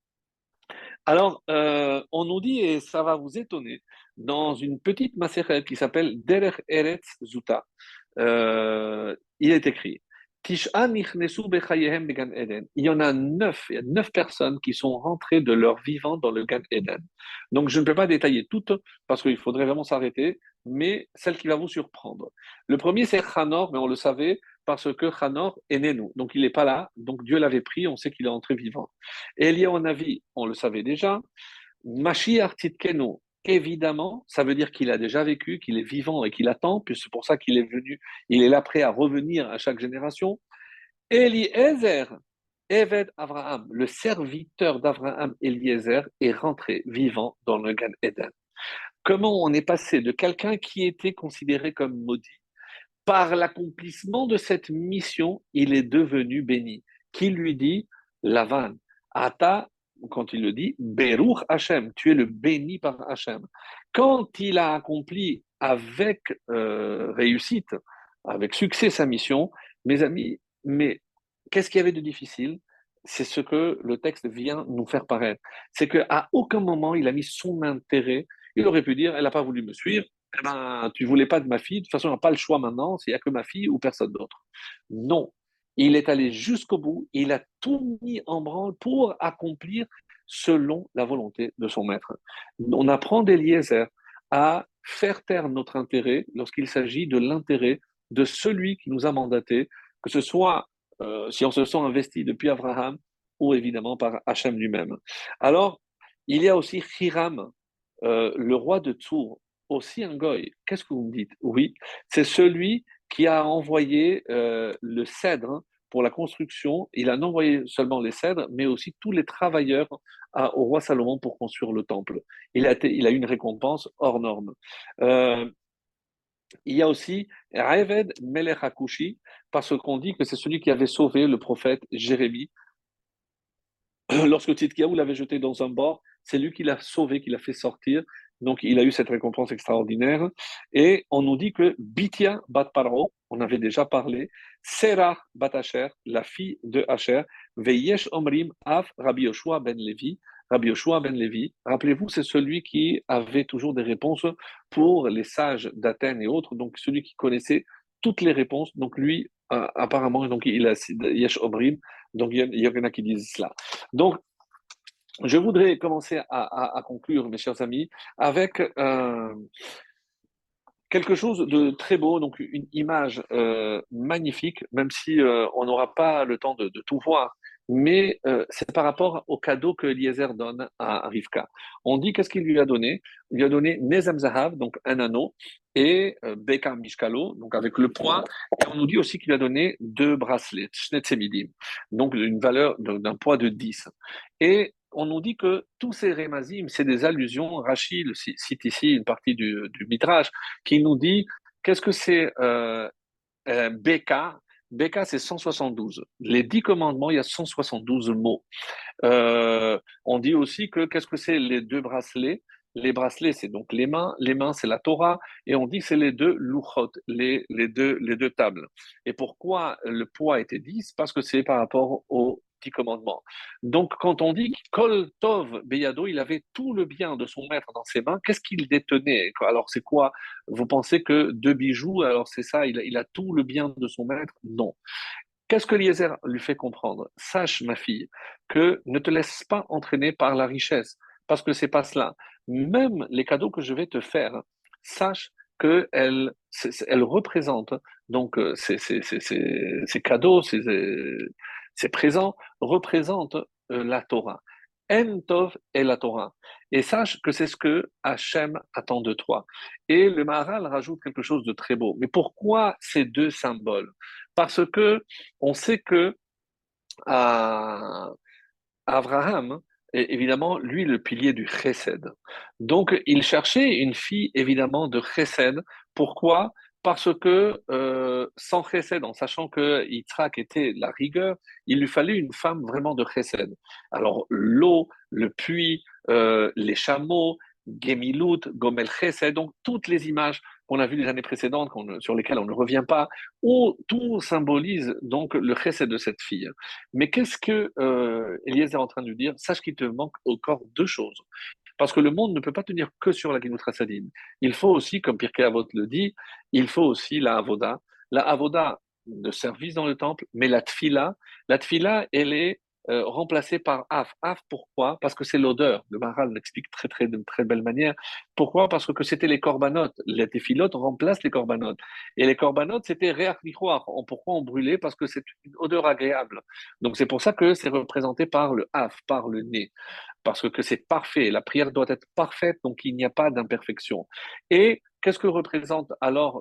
alors, on nous dit, et ça va vous étonner, dans une petite macérette qui s'appelle Derech Eretz Zuta, il est écrit Tish'a nichnesu bechayehem began Eden. Il y en a 9, il y a 9 personnes qui sont rentrées de leur vivant dans le Gan Eden. Donc, je ne peux pas détailler toutes parce qu'il faudrait vraiment s'arrêter, mais celle qui va vous surprendre. Le premier, c'est Hanor, mais on le savait parce que Hanor est né nous. Donc, il n'est pas là. Donc, Dieu l'avait pris, on sait qu'il est entré vivant. Eliyahu on le savait déjà. Mashiach Tzidkenu, évidemment, ça veut dire qu'il a déjà vécu, qu'il est vivant et qu'il attend, puis c'est pour ça qu'il est venu, il est là prêt à revenir à chaque génération. Eliezer, Eved Abraham, le serviteur d'Abraham Eliezer, est rentré vivant dans le Gan Eden. Comment on est passé de quelqu'un qui était considéré comme maudit, par l'accomplissement de cette mission, il est devenu béni. Qui lui dit Lavan, Ata, quand il le dit, Beruch Hashem, tu es le béni par Hashem. Quand il a accompli avec réussite, avec succès sa mission, mes amis, mais qu'est-ce qu'il y avait de difficile? C'est ce que le texte vient nous faire paraître. C'est qu'à aucun moment il a mis son intérêt. Il aurait pu dire, elle n'a pas voulu me suivre, eh ben, tu voulais pas de ma fille, de toute façon, on n'a pas le choix maintenant, il n'y a que ma fille ou personne d'autre. Non, il est allé jusqu'au bout, il a tout mis en branle pour accomplir selon la volonté de son maître. On apprend d'Eliezer à faire taire notre intérêt lorsqu'il s'agit de l'intérêt de celui qui nous a mandatés, que ce soit si on se sent investi depuis Abraham ou évidemment par Hachem lui-même. Alors, il y a aussi Hiram, le roi de Tours, aussi un goy. Qu'est-ce que vous me dites? Oui, c'est celui qui a envoyé le cèdre pour la construction. Il a non envoyé seulement les cèdres, mais aussi tous les travailleurs au roi Salomon pour construire le temple. Il a eu une récompense hors norme. Euh, il y a aussi Reved Melech Hakushi, parce qu'on dit que c'est celui qui avait sauvé le prophète Jérémie lorsque Tzidkiyahu l'avait jeté dans un bord, c'est lui qui l'a sauvé, qui l'a fait sortir. Donc, il a eu cette récompense extraordinaire. Et on nous dit que Bithia Bat Paro, on avait déjà parlé, Serah Bat Asher, la fille de Asher, Veyesh Omrim Av Rabbi Yoshua ben Levi. Rabbi Yoshua ben Levi, rappelez-vous, c'est celui qui avait toujours des réponses pour les sages d'Athènes et autres, donc celui qui connaissait toutes les réponses. Donc, lui, apparemment, donc, il a Yesh Omrim, donc il y en a qui disent cela. Donc, je voudrais commencer à conclure, mes chers amis, avec quelque chose de très beau, donc une image magnifique, même si on n'aura pas le temps de tout voir. Mais c'est par rapport au cadeau que Eliezer donne à Rivka. On dit qu'est-ce qu'il lui a donné? Il lui a donné Nezem Zahav, donc un anneau, et Bekar Mishkalo, donc avec le poids. Et on nous dit aussi qu'il lui a donné 2 bracelets, Shnetzemidim, donc une valeur d'un poids de 10. Et on nous dit que tous ces rémazim, c'est des allusions. Rachid cite ici une partie du Midrash qui nous dit Qu'est-ce que c'est BK? BK, c'est 172. Les 10 commandements, il y a 172 mots. On dit aussi que qu'est-ce que c'est les deux bracelets? Les bracelets, c'est donc les mains, c'est la Torah, et on dit que c'est les deux louchot, les deux tables. Et pourquoi le poids était 10? Parce que c'est par rapport aux 10 commandements. Donc, quand on dit Kol Tov Beyado, il avait tout le bien de son maître dans ses mains, qu'est-ce qu'il détenait? Alors, c'est quoi? Vous pensez que deux bijoux, alors c'est ça, il a tout le bien de son maître? Non. Qu'est-ce que Eliezer lui fait comprendre? Sache, ma fille, que ne te laisse pas entraîner par la richesse, parce que c'est pas cela. Même les cadeaux que je vais te faire, sache que elles représentent, donc ces cadeaux, ces présents représentent la Torah. En Tov est la Torah. Et sache que c'est ce que Hachem attend de toi. Et le Maharal rajoute quelque chose de très beau. Mais pourquoi ces deux symboles? Parce que on sait que à Abraham est évidemment lui le pilier du chesed. Donc il cherchait une fille évidemment de chesed. Pourquoi? Parce que sans chesed, en sachant que Yitzhak était la rigueur, il lui fallait une femme vraiment de chesed. Alors l'eau, le puits, les chameaux, Gemilut, Gomel Chesed, donc toutes les images qu'on a vues les années précédentes, sur lesquelles on ne revient pas, où tout symbolise donc le chesed de cette fille. Mais qu'est-ce que Eliezer est en train de lui dire? Sache qu'il te manque encore deux choses. Parce que le monde ne peut pas tenir que sur la Ginout Chassadim. Il faut aussi, comme Pirkei Avot le dit, il faut aussi la Avoda. La Avoda de service dans le temple, mais la Tfila, elle est remplacée par Af. Af, pourquoi? Parce que c'est l'odeur. Le Maharal l'explique de très belle manière. Pourquoi? Parce que c'était les corbanotes. Les téphilotes remplacent les corbanotes. Et les corbanotes, c'était Reach Nichoar. Pourquoi on brûlait? Parce que c'est une odeur agréable. Donc c'est pour ça que c'est représenté par le Af, par le nez parce que c'est parfait. La prière doit être parfaite, donc il n'y a pas d'imperfection. Et qu'est-ce que représente alors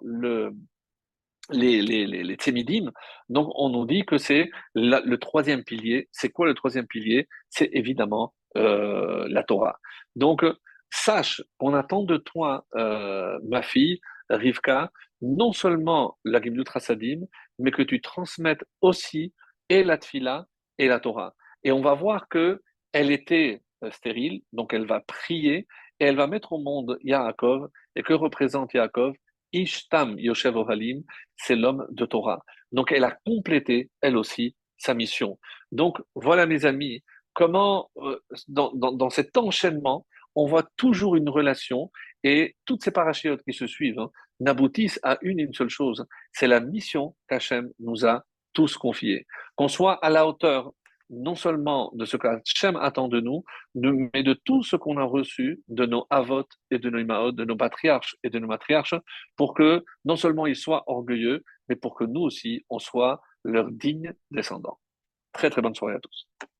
les tsémidim? Donc on nous dit que c'est le troisième pilier. C'est quoi le troisième pilier? C'est évidemment la Torah. Donc sache qu'on attend de toi, ma fille, Rivka, non seulement la Gimlut Hasadim, mais que tu transmettes aussi et la Tfila et la Torah. Et on va voir que elle était stérile, donc elle va prier et elle va mettre au monde Yaakov. Et que représente Yaakov? Ishtam Yoshev Ohalim, c'est l'homme de Torah. Donc elle a complété, elle aussi, sa mission. Donc voilà mes amis, comment dans cet enchaînement, on voit toujours une relation et toutes ces parachiotes qui se suivent n'aboutissent à une seule chose, c'est la mission qu'Hachem nous a tous confiée. Qu'on soit à la hauteur non seulement de ce qu'Hachem attend de nous, mais de tout ce qu'on a reçu de nos avot et de nos imaot, de nos patriarches et de nos matriarches, pour que non seulement ils soient orgueilleux, mais pour que nous aussi, on soit leurs dignes descendants. Très très bonne soirée à tous.